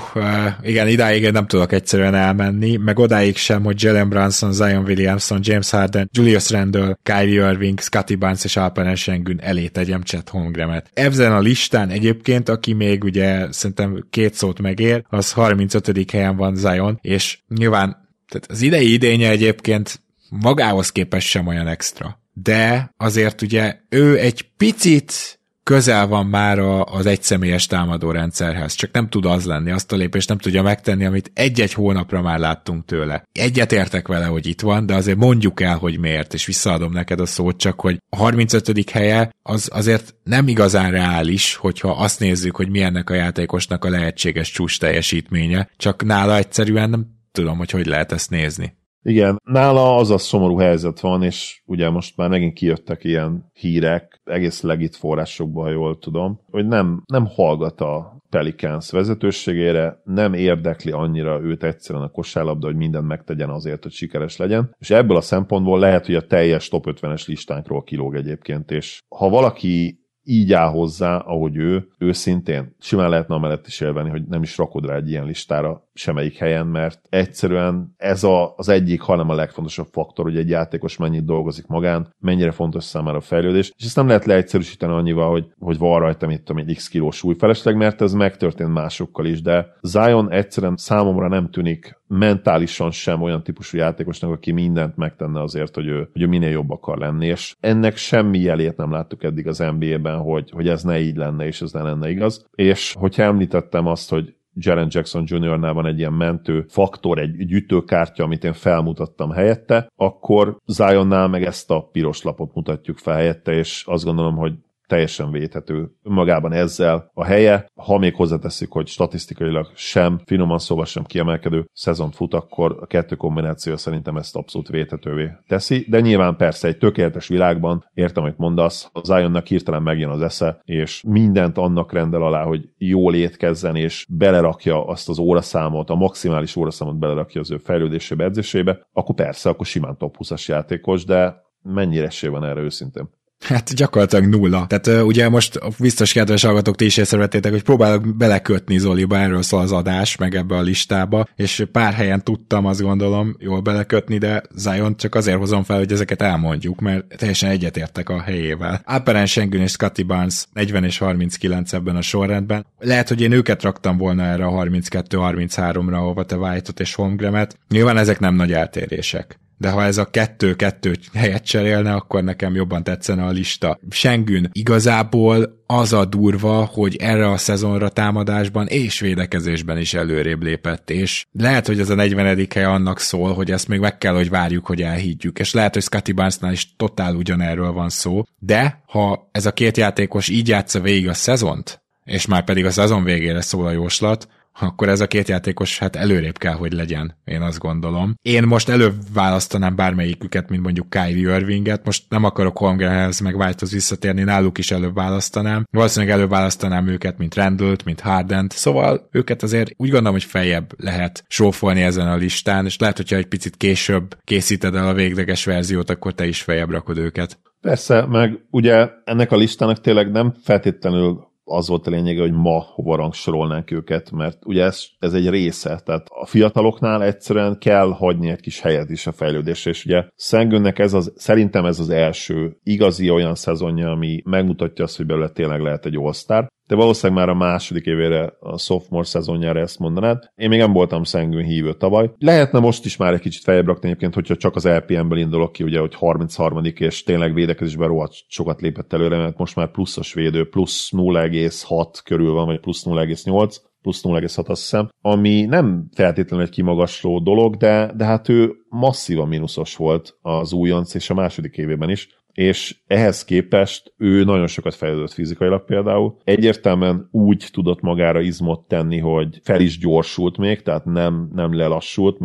Igen, idáig nem tudok egyszerűen elmenni, meg odáig sem, hogy Jalen Brunson, Zion Williamson, James Harden, Julius Randle, Kyrie Irving, Scottie Barnes és Alperen Sengun elé tegyem Chet Holmgremet. Ezen a listán egyébként, aki még ugye szerintem 2 szót megér, az 35. helyen van Zion, és nyilván tehát az idei idénye egyébként magához képest sem olyan extra. De azért ugye ő egy picit közel van már az egyszemélyes támadórendszerhez, csak nem tud az lenni, azt a lépést nem tudja megtenni, amit egy-egy hónapra már láttunk tőle. Egyet értek vele, hogy itt van, de azért mondjuk el, hogy miért, és visszaadom neked a szót, csak hogy a 35. helye az azért nem igazán reális, hogyha azt nézzük, hogy mi ennek a játékosnak a lehetséges csúcs teljesítménye, csak nála egyszerűen nem tudom, hogy lehet ezt nézni. Igen, nála az a szomorú helyzet van, és ugye most már megint kijöttek ilyen hírek, egész legit forrásokból, ha jól tudom, hogy nem hallgat a Pelicans vezetőségére, nem érdekli annyira őt egyszerűen a kosárlabda, hogy mindent megtegyen azért, hogy sikeres legyen, és ebből a szempontból lehet, hogy a teljes top 50-es listánkról kilóg egyébként, és ha valaki így áll hozzá, ahogy ő szintén simán lehetne amellett is élni, hogy nem is rakod rá egy ilyen listára semmelyik helyen, mert egyszerűen ez az egyik, hanem a legfontosabb faktor, hogy egy játékos mennyit dolgozik magán, mennyire fontos számára a fejlődés, és ezt nem lehet leegyszerűsíteni annyival, hogy van rajta, mit tudom, egy x kilós súlyfelesleg, mert ez megtörtént másokkal is, de Zion egyszerűen számomra nem tűnik mentálisan sem olyan típusú játékosnak, aki mindent megtenne azért, hogy ő minél jobb akar lenni, és ennek semmi jelét nem láttuk eddig az NBA-ben, hogy ez ne így lenne, és ez ne lenne igaz. És hogyha említettem azt, hogy Jaren Jackson Jr.-nál van egy ilyen mentő faktor, egy ütőkártya, amit én felmutattam helyette, akkor Zionnál meg ezt a piros lapot mutatjuk fel helyette, és azt gondolom, hogy teljesen védhető önmagában ezzel a helye. Ha még hozzáteszik, hogy statisztikailag sem, finoman szóval sem kiemelkedő szezont fut, akkor a kettő kombináció szerintem ezt abszolút védhetővé teszi, de nyilván persze egy tökéletes világban, értem, amit mondasz, a Zionnak hirtelen megjön az esze, és mindent annak rendel alá, hogy jól étkezzen, és belerakja azt az óraszámot, a maximális óraszámot belerakja az ő fejlődésébe, edzésébe, akkor persze, akkor simán top 20-as játékos, de mennyire esély van erre őszintén? Hát gyakorlatilag nulla. Tehát ugye most biztos kedves hallgatók, ti is észrevettétek, hogy próbálok belekötni Zoliba, erről szól az adás, meg ebbe a listába, és pár helyen tudtam, azt gondolom, jól belekötni, de Zion csak azért hozom fel, hogy ezeket elmondjuk, mert teljesen egyetértek a helyével. Alperen Sengun és Scottie Barnes 40 és 39 ebben a sorrendben. Lehet, hogy én őket raktam volna erre a 32-33-ra, ahova te White-ot és Holmgremet. Nyilván ezek nem nagy eltérések. De ha ez a 2-2 helyet cserélne, akkor nekem jobban tetszene a lista. Sengun igazából az a durva, hogy erre a szezonra támadásban és védekezésben is előrébb lépett, és lehet, hogy ez a 40. hely annak szól, hogy ezt még meg kell, hogy várjuk, hogy elhiggyük, és lehet, hogy Scottie Barnesnál is totál ugyanerről van szó, de ha ez a két játékos így játsza végig a szezont, és már pedig a szezon végére szól a jóslat, akkor ez a két játékos hát előrébb kell, hogy legyen, én azt gondolom. Én most előbb választanám bármelyiküket, mint mondjuk Kyrie Irvinget, most nem akarok Holmgrenhez meg Whitehoz visszatérni, náluk is előbb választanám. Valószínűleg előbb választanám őket, mint Randallt, mint Hardent, szóval őket azért úgy gondolom, hogy feljebb lehet sófolni ezen a listán, és lehet, hogyha egy picit később készíted el a végleges verziót, akkor te is feljebb rakod őket. Persze, meg ugye ennek a listának tényleg nem feltétlenül az volt a lényege, hogy ma hova rangsorolnánk őket, mert ugye ez egy része, tehát a fiataloknál egyszerűen kell hagyni egy kis helyet is a fejlődésre, és ugye Sengunnek szerintem ez az első igazi olyan szezonja, ami megmutatja azt, hogy belőle tényleg lehet egy all-star, de valószínűleg már a második évére, a sophomore szezonjára ezt mondanád. Én még nem voltam Sengun hívő tavaly. Lehetne most is már egy kicsit feljebb rakni egyébként, hogyha csak az LPM-ből indulok ki, ugye, hogy 33. és tényleg védekezésben rohadt sokat lépett előre, mert most már pluszos védő, plusz 0,6 körül van, vagy plusz 0,8, plusz 0,6 azt hiszem, ami nem feltétlenül egy kimagasló dolog, de hát ő masszívan mínuszos volt az újonc és a második évében is, és ehhez képest ő nagyon sokat fejlődött fizikailag például. Egyértelműen úgy tudott magára izmot tenni, hogy fel is gyorsult még, tehát nem lelassult, mint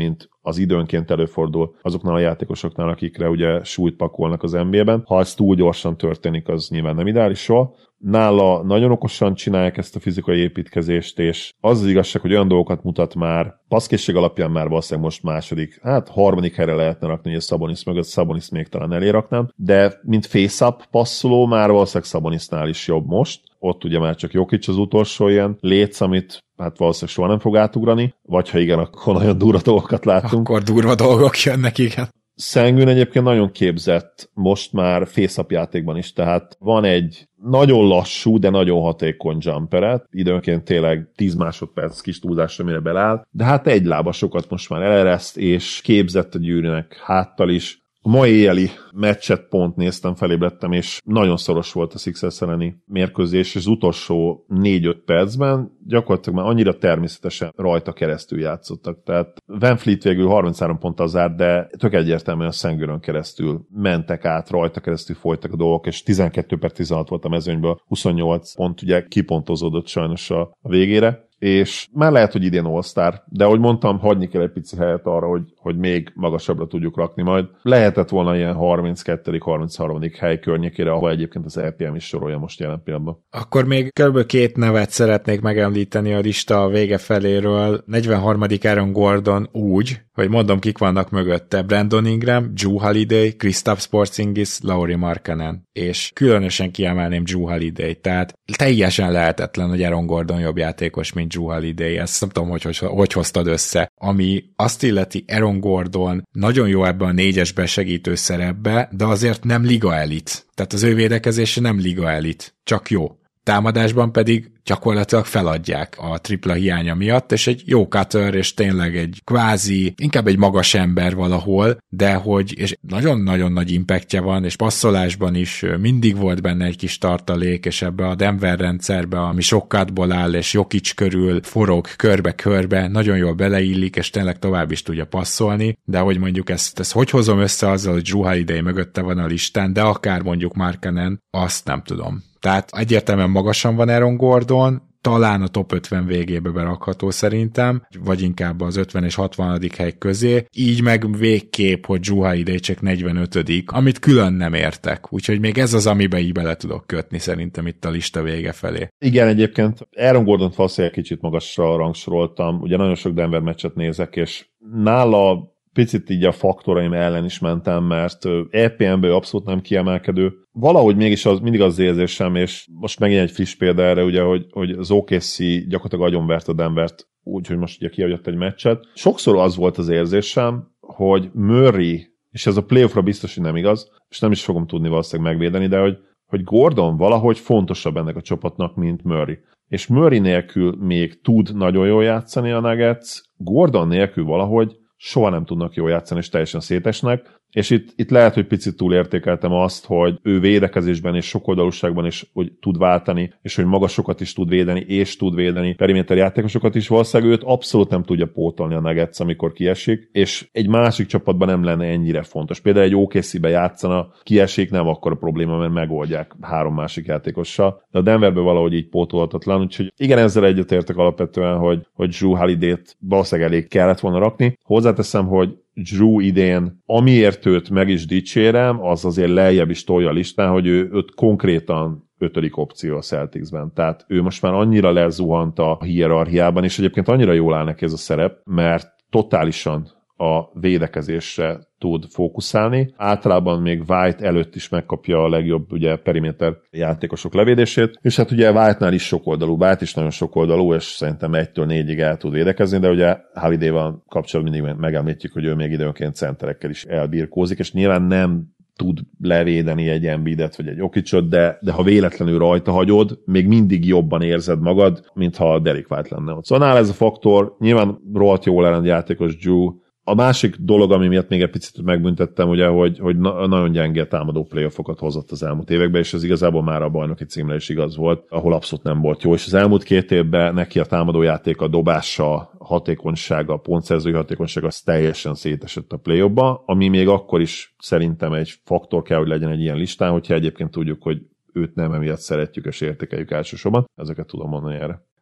az időnként előfordul azoknál a játékosoknál, akikre ugye súlyt pakolnak az NBA-ben. Ha ez túl gyorsan történik, az nyilván nem ideális soha. Nála nagyon okosan csinálják ezt a fizikai építkezést, és az igazság, hogy olyan dolgokat mutat már, passzkészség alapján már valószínűleg most harmadik helyre lehetne rakni, hogy a Sabonis mögött, Sabonis még talán eléraknám, de mint face-up passzoló már valószínűleg Sabonisnál is jobb most. Ott ugye már csak Jokic az utolsó ilyen létsz, amit hát valószínűleg soha nem fog átugrani, vagy ha igen, akkor nagyon durva dolgokat látunk. Akkor durva dolgok jönnek, igen. Sengun egyébként nagyon képzett most már face-up játékban is, tehát van egy nagyon lassú, de nagyon hatékony jumperet, időnként tényleg 10 másodperc kis túlzásra, mire beláll, de hát egy lábasokat most már elereszt, és képzett a gyűrűnek háttal is. A mai éjjeli meccset pont néztem, felébredtem, és nagyon szoros volt a Sixers elleni mérkőzés, és az utolsó 4-5 percben gyakorlatilag már annyira természetesen rajta keresztül játszottak. Tehát Van Fleet végül 33 ponttal zárt, de tök egyértelműen a Sengunön keresztül mentek át, rajta keresztül folytak a dolgok, és 12/16 volt a mezőnyből, 28 pont ugye kipontozódott sajnos a végére. És már lehet, hogy idén All-Star, de ahogy mondtam, hagyni kell egy pici helyet arra, hogy még magasabbra tudjuk rakni majd. Lehetett volna ilyen 32., 33. hely környékére, ahol egyébként az LPM is sorolja most jelen pillanatban. Akkor még kb. 2 nevet szeretnék megemlíteni a lista vége feléről. 43. Aaron Gordon úgy, hogy mondom, kik vannak mögötte. Brandon Ingram, Jrue Holiday, Kristaps Porzingis, Lauri Markkanen. És különösen kiemelném Jrue Holiday, tehát teljesen lehetetlen, hogy Aaron Gordon jobb játékos, mint Jrue Holiday. Ezt nem tudom, hogy hoztad össze. Ami azt illeti, Aaron Gordon nagyon jó ebben a 4-esbe segítő szerepbe, de azért nem liga elit. Tehát az ő védekezése nem liga elit, csak jó. Támadásban pedig gyakorlatilag feladják a tripla hiánya miatt, és egy jó cutter, és tényleg egy kvázi, inkább egy magas ember valahol, de hogy, és nagyon-nagyon nagy impactja van, és passzolásban is mindig volt benne egy kis tartalék, és ebbe a Denver rendszerbe, ami sok cutból áll, és Jokic körül forog körbe-körbe, nagyon jól beleillik, és tényleg tovább is tudja passzolni, de hogy mondjuk ezt hogy hozom össze azzal, hogy Jrue Holiday mögötte van a listán, de akár mondjuk Markkanen, azt nem tudom. Tehát egyértelműen magasan van Aaron Gordon, talán a top 50 végébe berakható szerintem, vagy inkább az 50 és 60. hely közé, így meg végképp, hogy Jrue Holiday csak 45., amit külön nem értek. Úgyhogy még ez az, amiben így bele tudok kötni szerintem itt a lista vége felé. Igen, egyébként Aaron Gordont valószínűleg kicsit magasra rangsoroltam, ugye nagyon sok Denver meccset nézek, és nála picit így a faktoraim ellen is mentem, mert EPM-ből abszolút nem kiemelkedő. Valahogy mégis mindig az érzésem, és most megint egy friss példa erre, ugye, hogy az OKC gyakorlatilag agyonvert a Denvert, úgyhogy most ugye kihagyott egy meccset. Sokszor az volt az érzésem, hogy Murray, és ez a playoffra biztos, hogy nem igaz, és nem is fogom tudni valószínűleg megvédeni, de hogy Gordon valahogy fontosabb ennek a csapatnak, mint Murray. És Murray nélkül még tud nagyon jól játszani a Nuggets, Gordon nélkül valahogy soha nem tudnak jól játszani, és teljesen szétesnek, és itt lehet, hogy picit túlértékeltem azt, hogy ő védekezésben és sokoldalúságban is hogy tud váltani, és hogy magasokat is tud védeni, és tud védeni periméter játékosokat is, valószínűleg őt abszolút nem tudja pótolni a Nuggets, amikor kiesik, és egy másik csapatban nem lenne ennyire fontos. Például egy OKC-be játszana, kiesik, nem akkor a probléma, mert megoldják 3 másik játékossal, de a Denverben valahogy így pótolhatatlan, úgyhogy igen, ezzel egyetértek alapvetően, hogy Jrue Holiday-t valószínűleg elég kellett volna rakni. Hozzáteszem, hogy Jrue idén, amiért őt meg is dicsérem, az azért lejjebb is tolja a listán, hogy őt konkrétan 5. opció a Celticsben. Tehát ő most már annyira lezuhant a hierarchiában, és egyébként annyira jól áll neki ez a szerep, mert totálisan a védekezésre tud fókuszálni. Általában még White előtt is megkapja a legjobb ugye periméter játékosok levédését, és hát ugye White-nál is sokoldalú, White is nagyon sokoldalú, és szerintem 1-től 4-ig el tud védekezni, de ugye Holiday-val kapcsolatban mindig megemlítjük, hogy ő még időnként centerekkel is elbirkózik, és nyilván nem tud levédeni egy Embiidet vagy egy Jokicot, de ha véletlenül rajta hagyod, még mindig jobban érzed magad, mintha Derek White lenne ott. Szóval nála ez a faktor, nyilván rohadt jól ellen játékos Jrue. A másik dolog, ami miatt még egy picit megbüntettem, ugye, hogy nagyon gyenge támadó playoffokat hozott az elmúlt években, és ez igazából már a bajnoki címre is igaz volt, ahol abszolút nem volt jó, és az elmúlt 2 évben neki a támadójáték, a dobása, hatékonysága, a pontszerzői hatékonysága az teljesen szétesett a play-offba, ami még akkor is szerintem egy faktor kell, hogy legyen egy ilyen listán, hogyha egyébként tudjuk, hogy őt nem emiatt szeretjük és értékeljük elsősorban. Ezeket tudom mondani erre.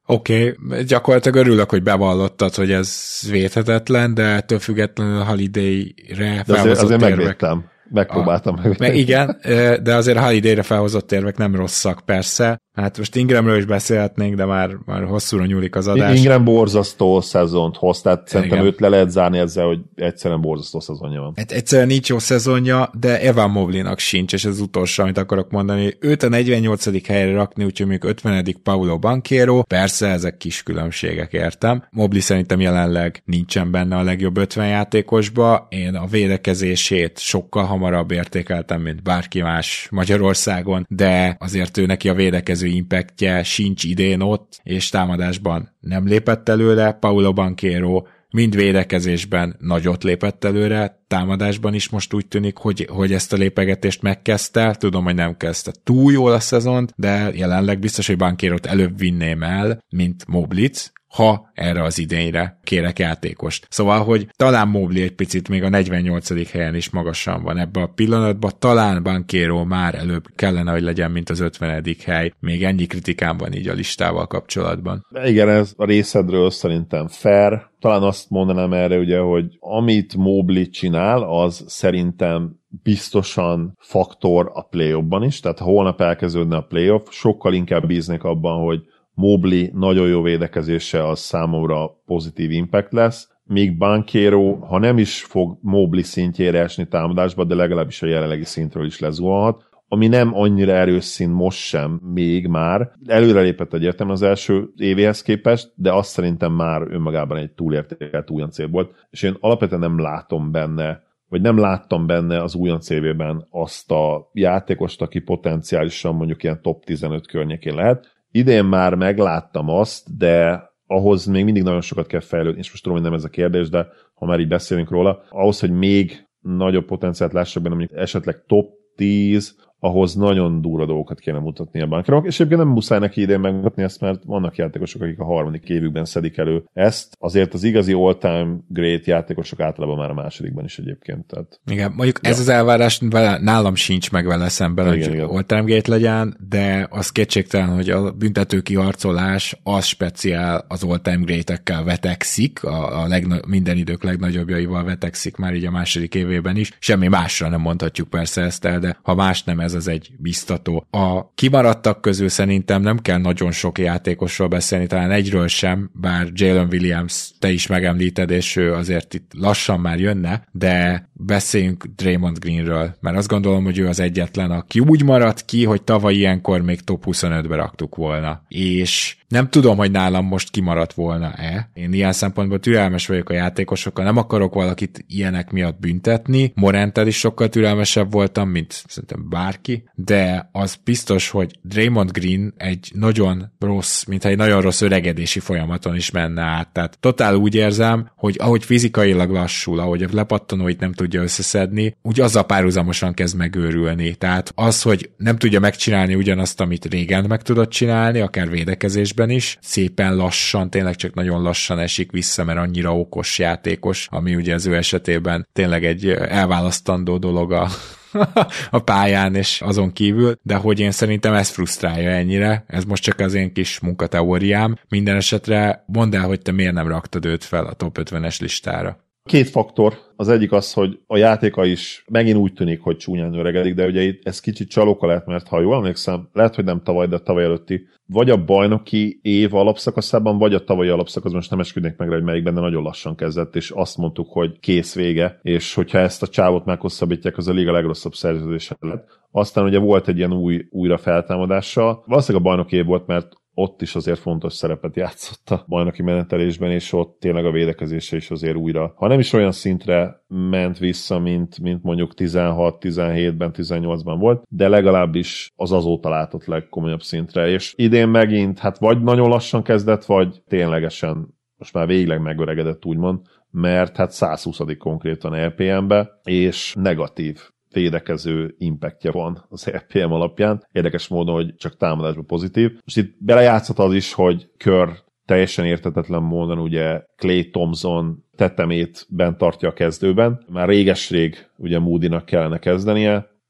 Oké, gyakorlatilag örülök, hogy bevallottad, hogy ez védhetetlen, de ettől függetlenül a Holiday-re felhozott azért érvek... megvédtem. Megpróbáltam megvédeni. Igen, de azért a Holiday-re felhozott érvek nem rosszak, persze. Hát most Ingramről is beszélhetnénk, de már hosszúra nyúlik az adás. Ingram borzasztó szezont hoz, tehát szerintem igen. őt le lehet zárni ezzel, hogy egyszerűen borzasztó szezonja van. Hát egyszerűen nincs jó szezonja, de Evan Mobley-nak sincs, és ez az utolsó, amit akarok mondani. Őt a 48. helyre rakni, úgyhogy még 50. Paulo Banchero, persze ezek kis különbségek, értem. Mobley szerintem jelenleg nincsen benne a legjobb 50 játékosba, én a védekezését sokkal hamarabb értékeltem, mint bárki más Magyarországon, de azért ő neki a védekező impactje sincs idén ott, és támadásban nem lépett előre. Paulo Banchero mind védekezésben nagyot lépett előre, támadásban is most úgy tűnik, hogy ezt a lépegetést megkezdte. Tudom, hogy nem kezdte túl jól a szezont, de jelenleg biztos, hogy Bancherot előbb vinném el, mint Mobley-t, ha erre az idényre kérek játékost. Szóval, hogy talán Mobley egy picit még a 48. helyen is magasan van ebben a pillanatban, talán Banchero már előbb kellene, hogy legyen, mint az 50. hely. Még ennyi kritikám van így a listával kapcsolatban. Igen, ez a részedről szerintem fair. Talán azt mondanám erre ugye, hogy amit Mobley csinál, az szerintem biztosan faktor a play-offban is, tehát ha holnap elkezdődne a play-off, sokkal inkább bíznék abban, hogy Mobley nagyon jó védekezése az számomra pozitív impact lesz, míg Banchero, ha nem is fog Mobley szintjére esni támadásba, de legalábbis a jelenlegi szintről is lezuhanhat, ami nem annyira erős szint most sem, még már. Előrelépett egyértelműen az első évéhez képest, de azt szerintem már önmagában egy túlértékelt újonc volt, és én alapvetően nem látom benne, vagy nem láttam benne az újonc évében azt a játékost, aki potenciálisan mondjuk ilyen top 15 környékén lehet. Idén már megláttam azt, de ahhoz még mindig nagyon sokat kell fejlődni, és most tudom, hogy nem ez a kérdés, de ha már így beszélünk róla, ahhoz, hogy még nagyobb potenciált lássak benne, mondjuk esetleg top 10, ahhoz nagyon durva dolgokat kéne mutatni a Bancherónak, és egyébként nem muszáj neki idén megmutatni ezt, mert vannak játékosok, akik a harmadik évükben szedik elő ezt. Azért az igazi all-time great játékosok általában már a másodikban is egyébként. Tehát... Igen, mondjuk ez az elvárás nálam sincs meg vele szemben, hogy all-time great legyen, de az kétségtelen, hogy a büntető kiharcolás az speciál az all-time greatekkel vetekszik, minden idők legnagyobbjaival vetekszik már így a második évében is. Semmi másra nem mondhatjuk persze ezt el, de ha más nem, ez az egy biztató. A kimaradtak közül szerintem nem kell nagyon sok játékosról beszélni, talán egyről sem, bár Jalen Williams te is megemlíted, és ő azért itt lassan már jönne, de beszéljünk Draymond Greenről, mert azt gondolom, hogy ő az egyetlen, aki úgy maradt ki, hogy tavaly ilyenkor még top 25-be raktuk volna. És nem tudom, hogy nálam most kimaradt volna-e. Én ilyen szempontból türelmes vagyok a játékosokkal, nem akarok valakit ilyenek miatt büntetni. Moranttel is sokkal türelmesebb voltam, mint szerintem bárki, de az biztos, hogy Draymond Green egy nagyon rossz, mintha egy nagyon rossz öregedési folyamaton is menne át. Tehát totál úgy érzem, hogy ahogy fizikailag lassul, ahogy a lepattanóit nem tudja összeszedni, úgy azzal párhuzamosan kezd megőrülni. Tehát az, hogy nem tudja megcsinálni ugyanazt, amit régen meg tudott csinálni, akár védekezésben is, szépen lassan, tényleg csak nagyon lassan esik vissza, mert annyira okos játékos, ami ugye az ő esetében tényleg egy elválasztandó dolog a pályán és azon kívül, de hogy én szerintem ez frusztrálja ennyire, ez most csak az én kis munkateóriám. Minden esetre mondd el, hogy te miért nem raktad őt fel a top 50-es listára. Két faktor. Az egyik az, hogy a játéka is megint úgy tűnik, hogy csúnyán öregedik, de ugye itt ez kicsit csalóka lett, mert ha jól emlékszem, lehet, hogy nem tavaly, de tavaly előtti, vagy a bajnoki év alapszakaszában, vagy a tavalyi alapszakaszban, most nem esküdnék meg rá, hogy melyikben, de nagyon lassan kezdett, és azt mondtuk, hogy kész vége, és hogyha ezt a csávot meghosszabbítják, az a liga legrosszabb szerződése lett. Aztán ugye volt egy ilyen újra feltámadása. Valószínűleg a bajnoki év volt, mert ott is azért fontos szerepet játszott a bajnoki menetelésben, és ott tényleg a védekezése is azért újra, ha nem is olyan szintre ment vissza, mint mondjuk 16, 17-ben, 18-ban volt, de legalábbis az azóta látott legkomolyabb szintre, és idén megint, hát vagy nagyon lassan kezdett, vagy ténylegesen most már végleg megöregedett, úgymond, mert hát 120. konkrétan RPM-be, és negatív védekező impactja van az RPM alapján. Érdekes módon, hogy csak támadásban pozitív. Most itt belejátszott az is, hogy Kerr teljesen érthetetlen módon ugye Klay Thompson tetemét bent tartja a kezdőben. Már réges-rég ugye Moody-nak kellene kezdenie,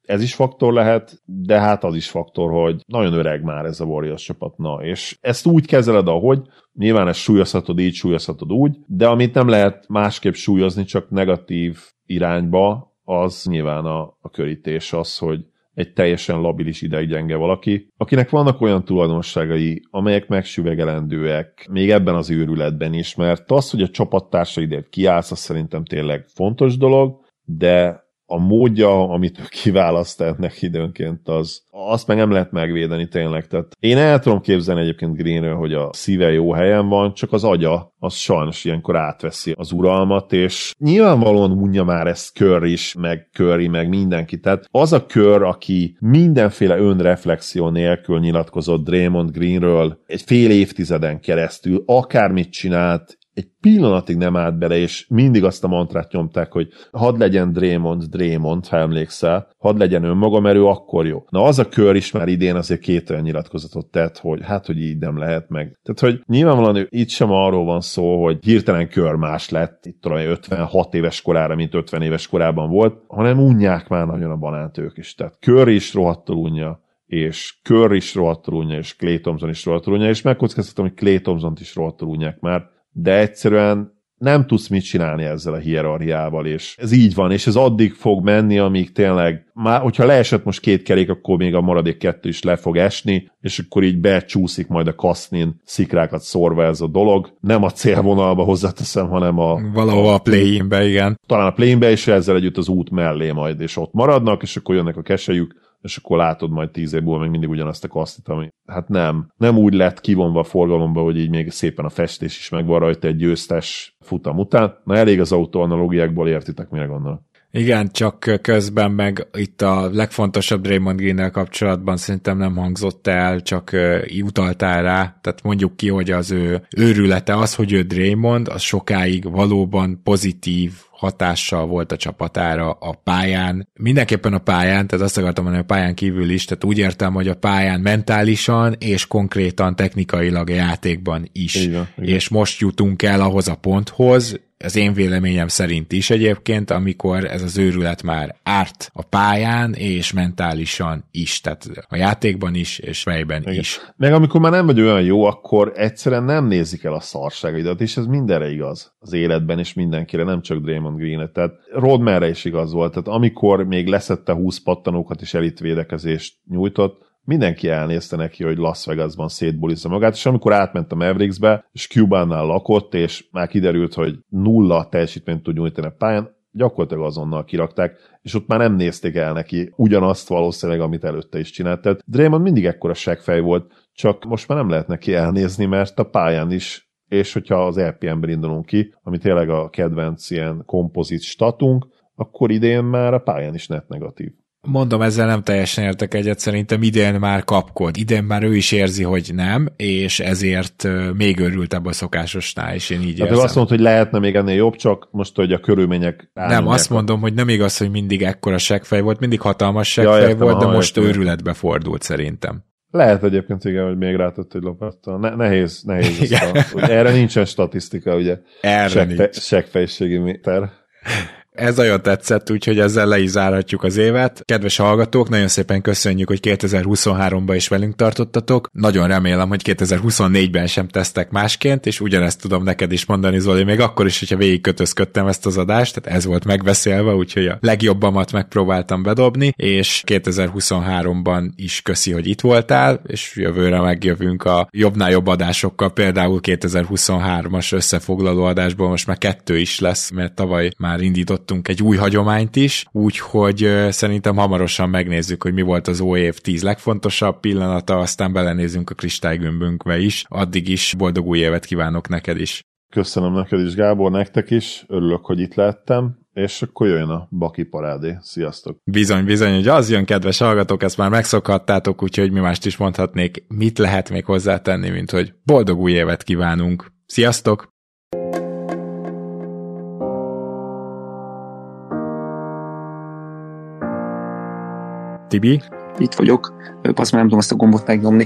ez is faktor lehet, de hát az is faktor, hogy nagyon öreg már ez a Warriors csapat. Na, és ezt úgy kezeled, ahogy, nyilván ezt súlyozhatod így, súlyozhatod úgy, de amit nem lehet másképp súlyozni, csak negatív irányba, az nyilván a körítés, az, hogy egy teljesen labilis ideggyenge valaki, akinek vannak olyan tulajdonságai, amelyek megsüvegelendőek még ebben az őrületben is, mert az, hogy a csapattársaidért kiállsz, az szerintem tényleg fontos dolog, de a módja, amit ő kiválaszt ennek időnként, azt meg nem lehet megvédeni tényleg. Tehát én el tudom képzelni egyébként Greenről, hogy a szíve jó helyen van, csak az agya, az sajnos ilyenkor átveszi az uralmat, és nyilvánvalóan unja már ezt Curry is, meg Curry, meg mindenki. Tehát az a kör, aki mindenféle önreflexió nélkül nyilatkozott Draymond Greenről egy fél évtizeden keresztül, akármit csinált, egy pillanatig nem állt bele, és mindig azt a mantrát nyomták, hogy hadd legyen Draymond, ha emlékszel, hadd legyen önmaga, mert ő akkor jó. Na az a kör is már idén azért 2 nyilatkozatot tett, hogy hát, hogy így nem lehet meg. Tehát, hogy nyilvánvalóan itt sem arról van szó, hogy hirtelen kör más lett, itt talán 56 éves korára, mint 50 éves korában volt, hanem unják már nagyon a banánt ők is. Tehát kör is rohadtul unja, és Curry is rohadtul unja, és Klay Thompson is rohadtul unja, és megkockáztatom, hogy Klay Thompsont is rohadtul unják már, de egyszerűen nem tudsz mit csinálni ezzel a hierarchiával, és ez így van, és ez addig fog menni, amíg tényleg, már hogyha leesett most 2 kerék, akkor még a maradék 2 is le fog esni, és akkor így becsúszik majd a kasznin szikrákat szórva ez a dolog. Nem a célvonalba hozzáteszem, hanem valahol a play-inbe, igen. Talán a play-inbe, és ezzel együtt az út mellé majd, és ott maradnak, és akkor jönnek a keselyük, és akkor látod majd 10 év múlva még mindig ugyanazt a kasztit, ami hát nem úgy lett kivonva a forgalomba, hogy így még szépen a festés is megvan rajta egy győztes futam után. Na elég az autóanalógiákból, értitek, mire gondolok. Igen, csak közben meg itt a legfontosabb Draymond Greennel kapcsolatban szerintem nem hangzott el, csak utaltál rá, tehát mondjuk ki, hogy az ő őrülete az, hogy ő Draymond, az sokáig valóban pozitív hatással volt a csapatára a pályán. Mindenképpen a pályán, tehát azt akartam mondani, a pályán kívül is, tehát úgy értem, hogy a pályán mentálisan és konkrétan technikailag a játékban is. Igen. És most jutunk el ahhoz a ponthoz, az én véleményem szerint is egyébként, amikor ez az őrület már árt a pályán, és mentálisan is, tehát a játékban is, és fejben igen. is. Meg amikor már nem vagy olyan jó, akkor egyszerűen nem nézik el a szarságaidat, és ez mindenre igaz az életben, és mindenkire, nem csak Draymond Green-et. Tehát Rodmanre is igaz volt, tehát amikor még leszette 20 pattanókat és elitvédekezést nyújtott, mindenki elnézte neki, hogy Las Vegasban szétbulizza magát, és amikor átment a Mavericksbe, és Cubannál lakott, és már kiderült, hogy 0 teljesítményt tud nyújtani a pályán, gyakorlatilag azonnal kirakták, és ott már nem nézték el neki ugyanazt valószínűleg, amit előtte is csinált. Tehát Draymond mindig ekkora seggfej volt, csak most már nem lehet neki elnézni, mert a pályán is, és hogyha az RPM-ben indulunk ki, ami tényleg a kedvenc ilyen kompozit statunk, akkor idén már a pályán is net negatív. Mondom, ezzel nem teljesen értek egyet, szerintem idén már kapkod. Idén már ő is érzi, hogy nem, és ezért még örültebb a szokásosnál, és én így érzem. Hát azt mondta, hogy lehetne még ennél jobb, csak most, hogy a körülmények... Nem, azt mondom, hogy nem igaz, hogy mindig ekkora seggfej volt, mindig hatalmas seggfej volt, de most őrületbe fordult szerintem. Lehet egyébként, igen, hogy még rátett egy lopattal. Nehéz erre nincsen statisztika, ugye? Erre seggfejségi méter. Ez nagyon tetszett, úgyhogy ezzel le is zárhatjuk az évet. Kedves hallgatók, nagyon szépen köszönjük, hogy 2023-ban is velünk tartottatok. Nagyon remélem, hogy 2024-ben sem tesztek másként, és ugyanezt tudom neked is mondani, Zoli, még akkor is, hogyha végigkötözködtem ezt az adást, tehát ez volt megbeszélve, úgyhogy a legjobbamat megpróbáltam bedobni, és 2023-ban is köszi, hogy itt voltál, és jövőre megjövünk a jobbnál jobb adásokkal, például 2023-as összefoglaló adásból most már 2 is lesz, mert tavaly már indított egy új hagyományt is, úgyhogy szerintem hamarosan megnézzük, hogy mi volt az új év 10 legfontosabb pillanata, aztán belenézünk a kristálygömbünkbe is. Addig is boldog új évet kívánok neked is. Köszönöm neked is, Gábor, nektek is. Örülök, hogy itt lehettem, és akkor jöjjön a Baki parádé. Sziasztok! Bizony, hogy az jön, kedves hallgatók, ezt már megszokhattátok, úgyhogy mi mást is mondhatnék, mit lehet még hozzátenni, mint hogy boldog új évet kívánunk. Sziasztok! Tibi? Itt vagyok. Azt már nem tudom ezt a gombot megnyomni.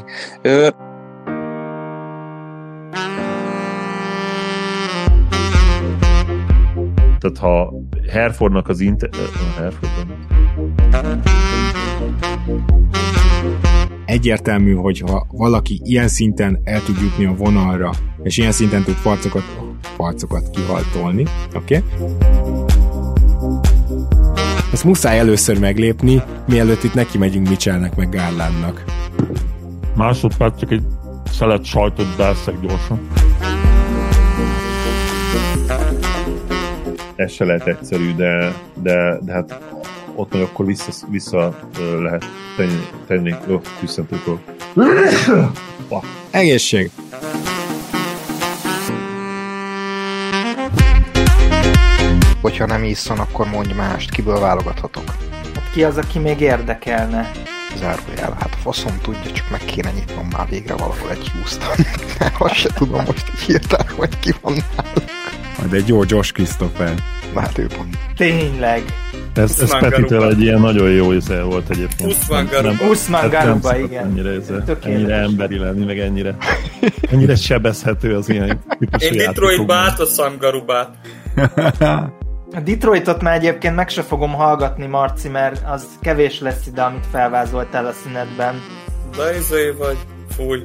Tehát ha Herfordnak az Herfordon... egyértelmű, hogy ha valaki ilyen szinten el tud jutni a vonalra, és ilyen szinten tud farcokat kihaltolni, oké? Ezt muszáj először meglépni, mielőtt itt neki megyünk Mitchellnek meg Garlandnak. Másodperc, csak egy szelet sajtot beeszek gyorsan. Ez se lehet egyszerű, de hát ott meg akkor vissza lehet tenni tűzszentőkről. Egészség! Hogyha nem iszon, akkor mondj mást, kiből válogathatok. Hát ki az, aki még érdekelne? Zárójel, hát a faszom tudja, csak meg kéne nyitnom már végre valahol egy Houston. Azt se tudom most így hirtelen, hogy ki van náluk. Majd egy jó Josh Christopher. Na hát ő pont. Tényleg. Ez Petitől egy ilyen nagyon jó íze volt egyébként. Usman Garuba, igen. Ennyire emberi lenni, meg ennyire sebezhető az ilyen típusú játékokban. Én Detroitba átaszam Garubát. A Detroitot már egyébként meg se fogom hallgatni, Marci, mert az kevés lesz ide, amit felvázoltál a szünetben. De izé vagy, fúj.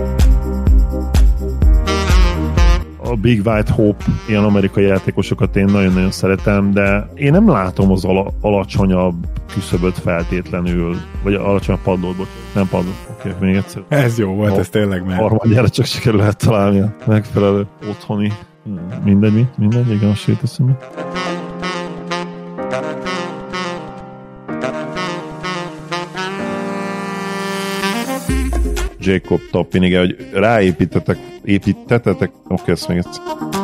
A Big White Hope, ilyen amerikai játékosokat én nagyon-nagyon szeretem, de én nem látom az alacsonyabb küszöböt feltétlenül, vagy alacsonyabb padlót, nem padlót, oké, még egyszer. Ez jó volt, ez tényleg meg. Harmadjára csak sikerül lehet találni a megfelelő otthoni. Mindegy, igen, azt séteszem. Jacob Toppin, igen, hogy építettetek, oké, ezt még egyszer.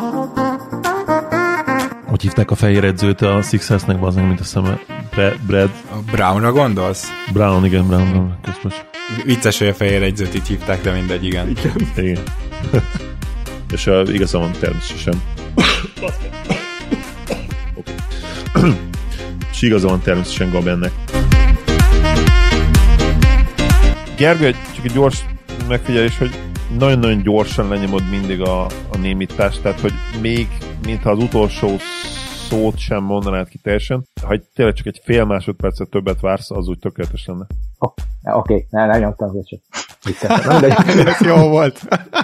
Hogy hívták a fehér edzőt a Sixersnek, bazdmeg, mint a szeme? Brad? A Brownra gondolsz? Brown, igen, Brown. Közben. Vicces, hogy a fehér edzőt itt hívták, de mindegy, igen. Igen. És igazán van természetesen. És igazán van természetesen Gabennek. Gergő, csak egy gyors megfigyelés, hogy nagyon-nagyon gyorsan lenyomod mindig a némítást, tehát hogy még, mintha az utolsó szót sem mondanád ki teljesen, ha tényleg csak egy fél másodpercet többet vársz, az úgy tökéletes lenne. Oké, nem nyomtam az Ez jó volt.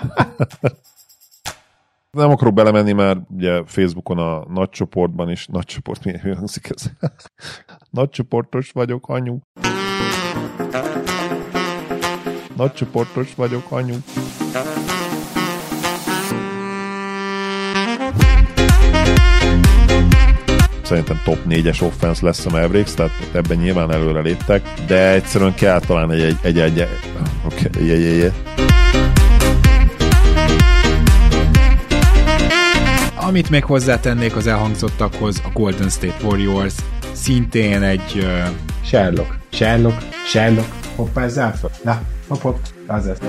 Nem akarok belemenni, már ugye Facebookon a nagy csoportban is, nagy csoport, milyen hangzik ez? Nagycsoportos vagyok, anyu. Nagycsoportos vagyok, anyu. Szerintem top 4-es offense lesz a Mavericks, tehát ebben nyilván előre léptek, de egyszerűen kell talán egy Amit még hozzátennék az elhangzottakhoz, a Golden State Warriors szintén egy... Sherlock, hoppázzál fel. Na, hopp, az ez.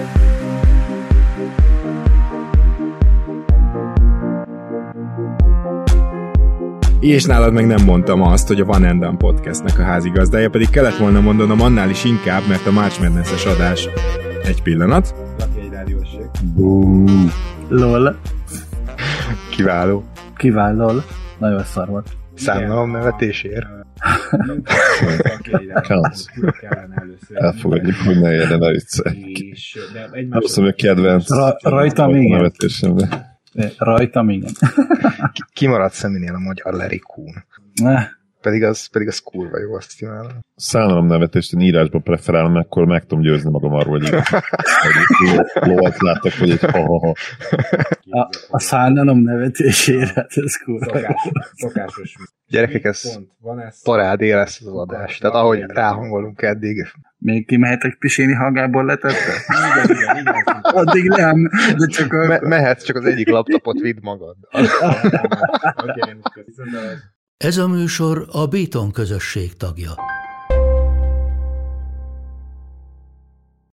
És nálad meg nem mondtam azt, hogy a Van and Done podcastnek a házigazdája, pedig kellett volna mondanom annál is inkább, mert a March Madness-es adás egy pillanat. Laki egy rádióség. Lol. Kiváló. Nagyon szar volt. Számolom nevetésért. Elfogadjuk, hogy ne érden a viccelni. Azt mondom, hogy kedvenc. Rajtam igen. Rajtam igen. Kimaradt Szeminél a magyar Larry Kuhn. Pedig az kurva jó, azt csinálom. Szánalom nevetést, én írásban preferálom, akkor meg tudom győzni magam arról, hogy lovat láttak, hogy egy ha-ha-ha. A szánalom nevetésére, ez kurva. Szokásos. Gyerekek, ez parádé lesz az adás. Tehát ahogy ráhangolunk eddig. Még kimehetek piséni Hagából letette? Igen. Addig nem, de csak mehetsz, csak az egyik laptopot vidd magad. Ez a műsor a Béton közösség tagja.